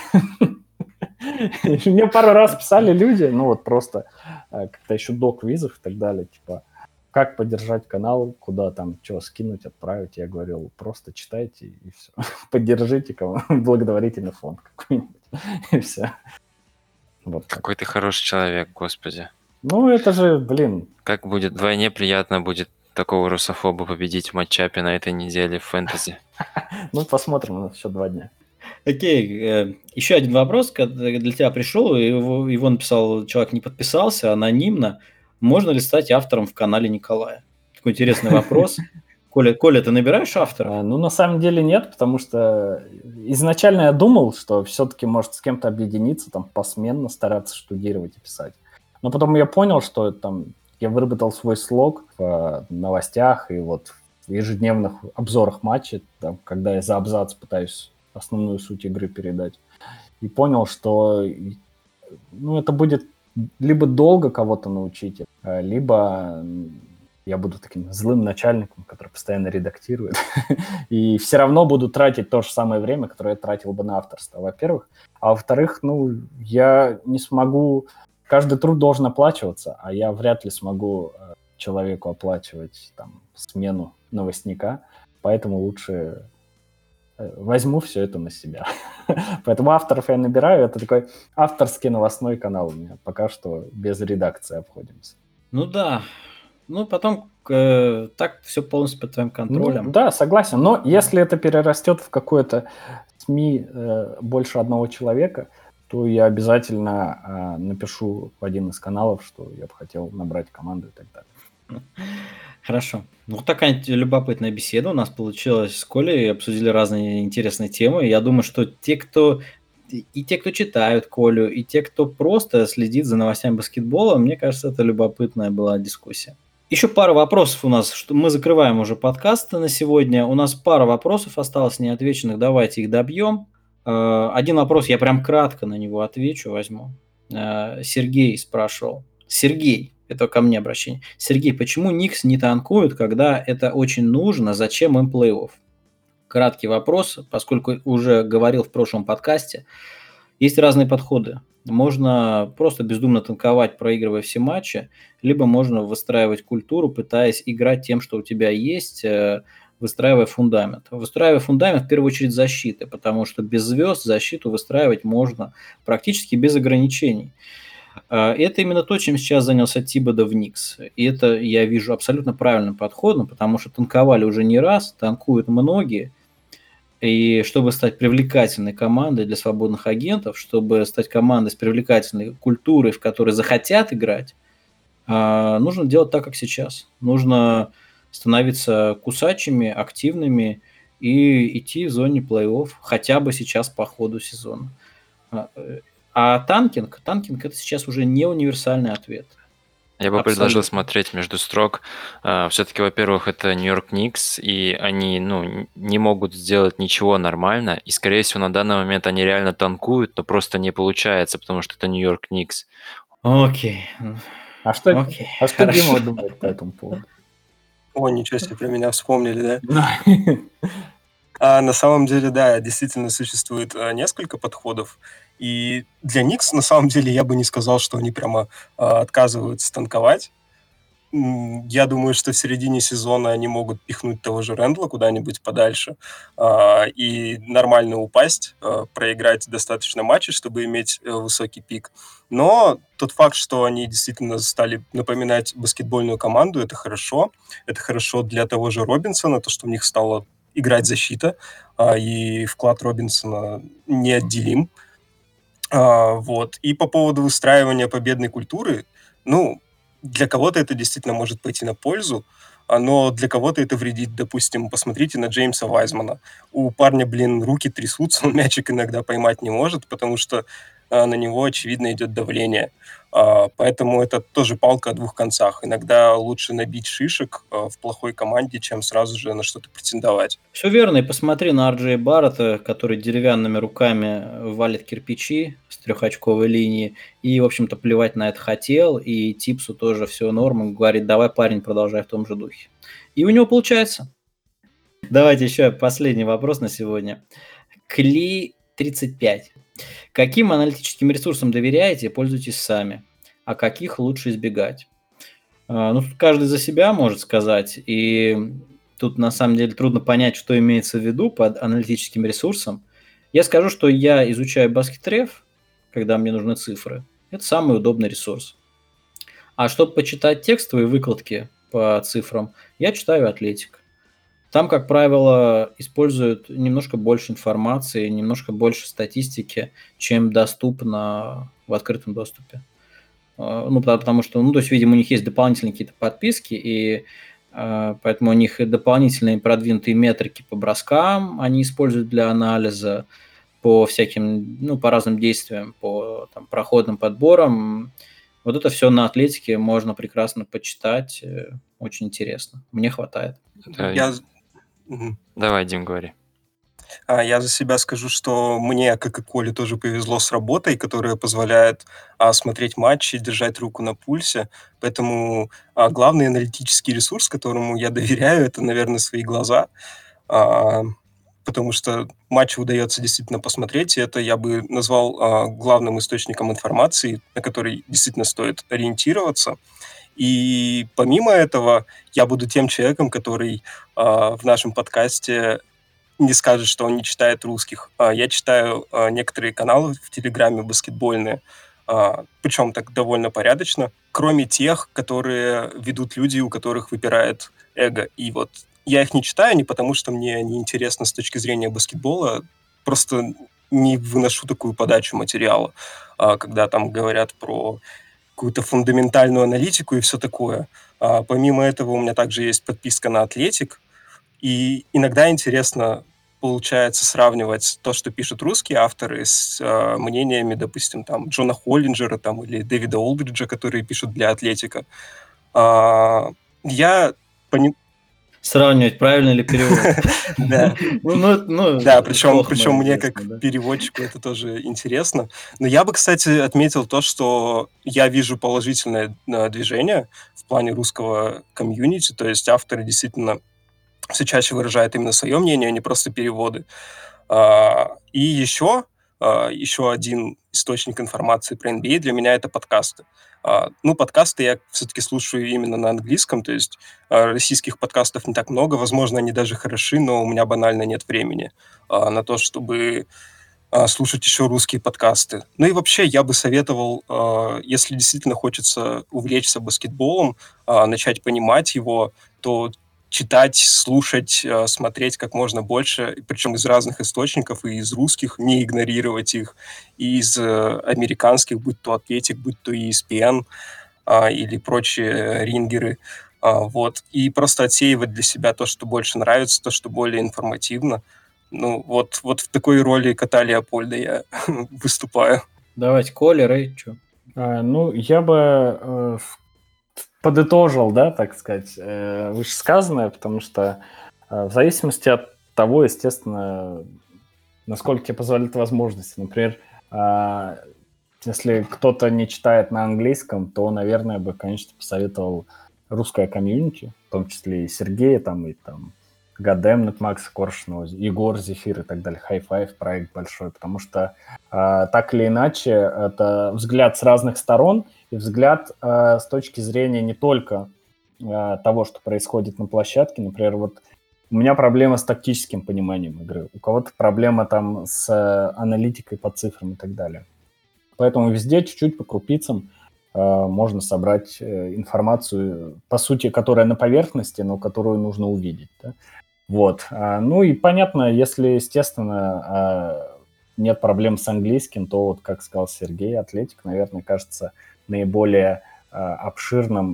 Мне пару раз писали люди, ну, вот просто как-то еще до квизов и так далее, типа, как поддержать канал, куда там, что скинуть, отправить. Я говорил, просто читайте и все. Поддержите кого благотворительный фонд какой-нибудь, и все. Вот Какой ты хороший человек, господи. Ну, это же, блин. Как будет, вдвойне приятно будет такого русофоба победить в матчапе на этой неделе в фэнтези. Ну, посмотрим, у нас еще два дня. Окей, еще один вопрос для тебя пришел, его, его написал человек, не подписался, анонимно. Можно ли стать автором в канале Николая? Такой интересный вопрос. Коля, Коля, ты набираешь автора? Ну, на самом деле нет, потому что изначально я думал, что все-таки может с кем-то объединиться, там, посменно стараться штудировать и писать. Но потом я понял, что там я выработал свой слог в новостях и вот в ежедневных обзорах матчей, там, когда я за абзац пытаюсь основную суть игры передать. И понял, что ну, это будет либо долго кого-то научить, э, либо м, я буду таким злым начальником, который постоянно редактирует, и все равно буду тратить то же самое время, которое я тратил бы на авторство, во-первых. А во-вторых, ну, я не смогу... Каждый труд должен оплачиваться, а я вряд ли смогу э, человеку оплачивать там смену новостника, поэтому лучше э, возьму все это на себя. Поэтому авторов я набираю, это такой авторский новостной канал у меня. Пока что без редакции обходимся. Ну да. Ну, потом э, так все полностью под твоим Ну, контролем. да, согласен. Но если это перерастет в какое-то СМИ э, больше одного человека, то я обязательно э, напишу в один из каналов, что я бы хотел набрать команду и так далее. Хорошо. Ну, вот такая любопытная беседа у нас получилась с Колей. Обсудили разные интересные темы. Я думаю, что те, кто и те, кто читают Колю, и те, кто просто следит за новостями баскетбола, мне кажется, это любопытная была дискуссия. Еще пара вопросов у нас. Что мы закрываем уже подкаст на сегодня. У нас пара вопросов осталось неотвеченных. Давайте их добьем. Э, Один вопрос, я прям кратко на него отвечу, возьму. Э, Сергей спрашивал. Сергей, это ко мне обращение. Сергей, почему Никс не танкуют, когда это очень нужно? Зачем им плей-офф? Краткий вопрос, поскольку уже говорил в прошлом подкасте. Есть разные подходы. Можно просто бездумно танковать, проигрывая все матчи, либо можно выстраивать культуру, пытаясь играть тем, что у тебя есть, э, выстраивая фундамент. Выстраивая фундамент, в первую очередь, защиты, потому что без звезд защиту выстраивать можно практически без ограничений. Э, Это именно то, чем сейчас занялся Тибодо в Никс. И это я вижу абсолютно правильным подходом, потому что танковали уже не раз, танкуют многие. И чтобы стать привлекательной командой для свободных агентов, чтобы стать командой с привлекательной культурой, в которой захотят играть, а, нужно делать так, как сейчас. Нужно становиться кусачими, активными и идти в зоне плей-офф хотя бы сейчас по ходу сезона. А, э, а танкинг, танкинг это сейчас уже не универсальный ответ. Я бы предложил Абсолютно. смотреть между строк. Все-таки, во-первых, это Нью-Йорк Никс, и они ну, н- не могут сделать ничего нормально. И, скорее всего, на данный момент они реально танкуют, но просто не получается, потому что это Нью-Йорк Никс. Окей, А что, окей, а что хорошо. Дима думает по этому поводу? О, ничего себе, про меня вспомнили, да? Да. А на самом деле, да, действительно существует а, несколько подходов. И для Никс, на самом деле, я бы не сказал, что они прямо а, отказываются танковать. М, Я думаю, что в середине сезона они могут пихнуть того же Рэндла куда-нибудь подальше а, и нормально упасть, а, проиграть достаточно матчей, чтобы иметь э, высокий пик. Но тот факт, что они действительно стали напоминать баскетбольную команду, это хорошо. Это хорошо для того же Робинсона, то, что у них стала играть защита, а, и вклад Робинсона неотделим. А, вот. И по поводу выстраивания победной культуры, ну, для кого-то это действительно может пойти на пользу, а, но для кого-то это вредит. Допустим, посмотрите на Джеймса Вайзмана. У парня, блин, руки трясутся, он мячик иногда поймать не может, потому что а, на него, очевидно, идет давление. А, поэтому это тоже палка о двух концах. Иногда лучше набить шишек а, в плохой команде, чем сразу же на что-то претендовать. Все верно, и посмотри на Ар Джей Баррета, который деревянными руками валит кирпичи с трехочковой линии, и, в общем-то, плевать на это хотел, и Типсу тоже все норм, он говорит, давай, парень, продолжай в том же духе. И у него получается. Давайте еще последний вопрос на сегодня. Кли тридцать пять. Каким аналитическим ресурсам доверяете и пользуетесь сами? А каких лучше избегать? А, Ну, тут каждый за себя может сказать, и тут на самом деле трудно понять, что имеется в виду под аналитическим ресурсом. Я скажу, что я изучаю баскетреф, когда мне нужны цифры. Это самый удобный ресурс. А чтобы почитать текстовые выкладки по цифрам, я читаю Атлетик. Там, как правило, используют немножко больше информации, немножко больше статистики, чем доступно в открытом доступе. А, Ну, потому потому что, ну, то есть, видимо, у них есть дополнительные какие-то подписки, и а, поэтому у них и дополнительные продвинутые метрики по броскам они используют для анализа, по всяким, ну, по разным действиям, по там, проходным подборам. Вот это все на Атлетике можно прекрасно почитать, э, очень интересно. Мне хватает. Да, Я... Мгм. Давай, Дим, говори. А, Я за себя скажу, что мне, как и Коле, тоже повезло с работой, которая позволяет а, смотреть матчи, держать руку на пульсе. Поэтому а, главный аналитический ресурс, которому я доверяю, это, наверное, свои глаза. А, Потому что матчи удается действительно посмотреть, и это я бы назвал а, главным источником информации, на который действительно стоит ориентироваться. И помимо этого, я буду тем человеком, который а, в нашем подкасте не скажет, что он не читает русских. А, Я читаю а, некоторые каналы в Телеграме баскетбольные, а, причем так довольно порядочно, кроме тех, которые ведут люди, у которых выпирает эго. И вот я их не читаю не потому, что мне неинтересно с точки зрения баскетбола, просто не выношу такую подачу материала, а, когда там говорят про какую-то фундаментальную аналитику и все такое. А, Помимо этого у меня также есть подписка на Атлетик, и иногда интересно получается сравнивать то, что пишут русские авторы, с э, мнениями, допустим, там Джона Холлинджера там, или Дэвида Олбриджа, которые пишут для Атлетика. А, я пони- Сравнивать, правильно ли перевод. Да, Ну, ну, ну, да, причем, хохма причем мне известный, как да. переводчику это тоже интересно. Но я бы, кстати, отметил то, что я вижу положительное э, движение в плане русского комьюнити, то есть авторы действительно все чаще выражают именно свое мнение, а не просто переводы. А, И еще, а, еще один источник информации про эн би эй для меня это подкасты. А, Ну, подкасты я все-таки слушаю именно на английском, то есть а, российских подкастов не так много, возможно, они даже хороши, но у меня банально нет времени а, на то, чтобы а, слушать еще русские подкасты. Ну и вообще я бы советовал, а, если действительно хочется увлечься баскетболом, а, начать понимать его, то читать, слушать, а, смотреть как можно больше, и причем из разных источников, и из русских, не игнорировать их, и из э, американских, будь то Атлетик, будь то и эс пи эн, а, или прочие э, рингеры. А, вот. И просто отсеивать для себя то, что больше нравится, то, что более информативно. Ну, вот, вот в такой роли кота Леопольда я выступаю. Давайте, Коля, Рэй, что? А, ну, я бы э, в- подытожил, да, так сказать, э, вышесказанное, потому что э, в зависимости от того, естественно, насколько тебе позволяют возможности. Например, а, если кто-то не читает на английском, то, наверное, бы, конечно, посоветовал русское комьюнити, в том числе и Сергея, там, и там Гадемнет, Макса Коршунова, Егор Зефир и так далее, High Five проект большой, потому что а, так или иначе это взгляд с разных сторон и взгляд а, с точки зрения не только а, того, что происходит на площадке. Например, вот у меня проблема с тактическим пониманием игры, у кого-то проблема там с э, аналитикой по цифрам и так далее. Поэтому везде чуть-чуть по крупицам э, можно собрать э, информацию, по сути, которая на поверхности, но которую нужно увидеть. Да? Вот. А, ну и понятно, если, естественно, а, нет проблем с английским, то, вот, как сказал Сергей, Атлетик, наверное, кажется наиболее а, обширным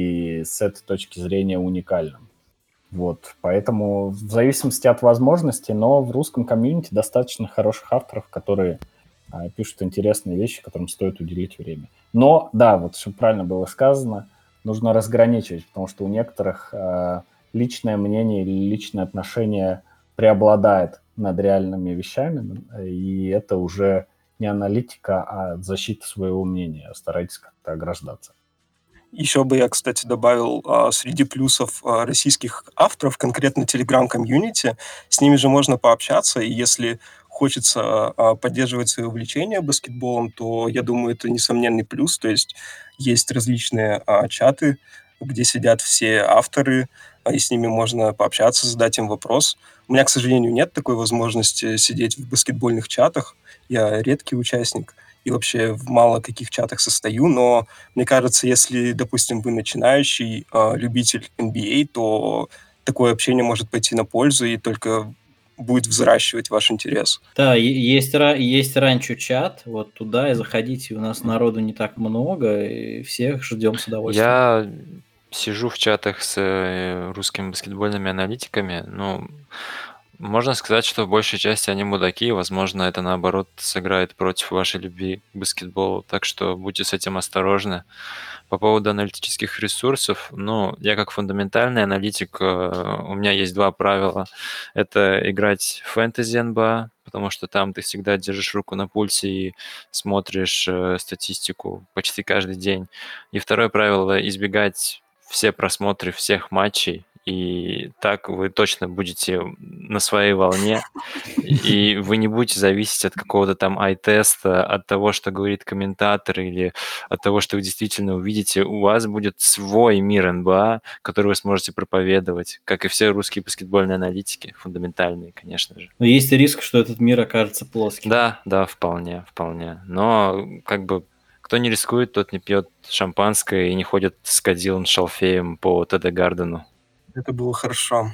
и с этой точки зрения уникальным. Вот, поэтому в зависимости от возможностей, но в русском комьюнити достаточно хороших авторов, которые а, пишут интересные вещи, которым стоит уделить время. Но, да, вот чтобы правильно было сказано, нужно разграничивать, потому что у некоторых а, личное мнение или личное отношение преобладает над реальными вещами, и это уже не аналитика, а защита своего мнения. Старайтесь как-то ограждаться. Еще бы я, кстати, добавил а, среди плюсов а, российских авторов, конкретно Telegram-комьюнити, с ними же можно пообщаться, и если хочется а, поддерживать свое увлечение баскетболом, то, я думаю, это несомненный плюс, то есть есть различные а, чаты, где сидят все авторы, а, и с ними можно пообщаться, задать им вопрос. У меня, к сожалению, нет такой возможности сидеть в баскетбольных чатах, я редкий участник, и вообще в мало каких чатах состою, но мне кажется, если, допустим, вы начинающий э, любитель эн би эй, то такое общение может пойти на пользу и только будет взращивать ваш интерес. Да, е- есть, ра- есть ранчо чат, вот туда и заходите, у нас народу не так много, и всех ждем с удовольствием. Я сижу в чатах с э, русскими баскетбольными аналитиками. Ну, Можно сказать, что в большей части они мудаки. Возможно, это наоборот сыграет против вашей любви к баскетболу. Так что будьте с этим осторожны. По поводу аналитических ресурсов, ну, я как фундаментальный аналитик, э, у меня есть два правила. Это играть в фэнтези эн бэ а, потому что там ты всегда держишь руку на пульсе и смотришь э, статистику почти каждый день. И второе правило – избегать все просмотры всех матчей, и так вы точно будете на своей волне, и вы не будете зависеть от какого-то там ай-теста, от того, что говорит комментатор, или от того, что вы действительно увидите. У вас будет свой мир эн бэ а, который вы сможете проповедовать, как и все русские баскетбольные аналитики, фундаментальные, конечно же. Но есть риск, что этот мир окажется плоским. Да, да, вполне, вполне. Но как бы кто не рискует, тот не пьет шампанское и не ходит с Кадилом Шалфеем по тэ дэ Гардену. Это было хорошо.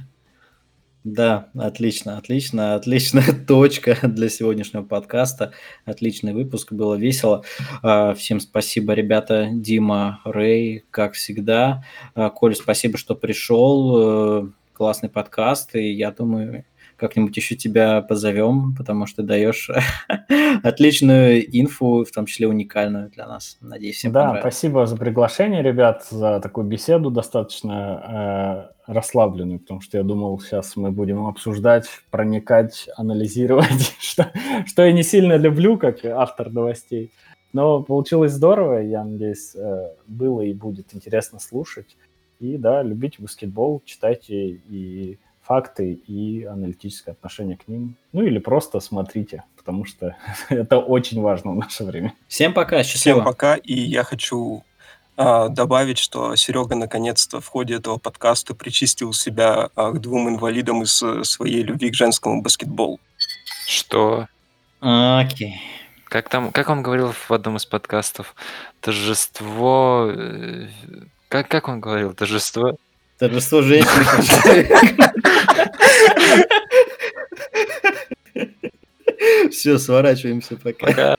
Да, отлично, отлично, отличная точка для сегодняшнего подкаста. Отличный выпуск, было весело. А, Всем спасибо, ребята, Дима, Рэй, как всегда. А, Коль, спасибо, что пришел. Э, Классный подкаст, и я думаю, как-нибудь еще тебя позовем, потому что даешь отличную инфу, в том числе уникальную для нас. Надеюсь, всем Да, понравилось. спасибо за приглашение, ребят, за такую беседу достаточно э, расслабленную, потому что я думал, сейчас мы будем обсуждать, проникать, анализировать, что, что я не сильно люблю, как автор новостей. Но получилось здорово, я надеюсь, э, было и будет интересно слушать. И да, любите баскетбол, читайте и факты, и аналитическое отношение к ним. Ну или просто смотрите, потому что это очень важно в наше время. Всем пока, Всем счастливо. пока, и я хочу а, добавить, что Серега наконец-то в ходе этого подкаста причистил себя а, к двум инвалидам из э, своей любви к женскому баскетболу. Что? Окей. Как там, как он говорил в одном из подкастов, торжество... э, Как, как он говорил? Торжество... Торжество женщины как человека. Все, сворачиваемся, пока. Пока.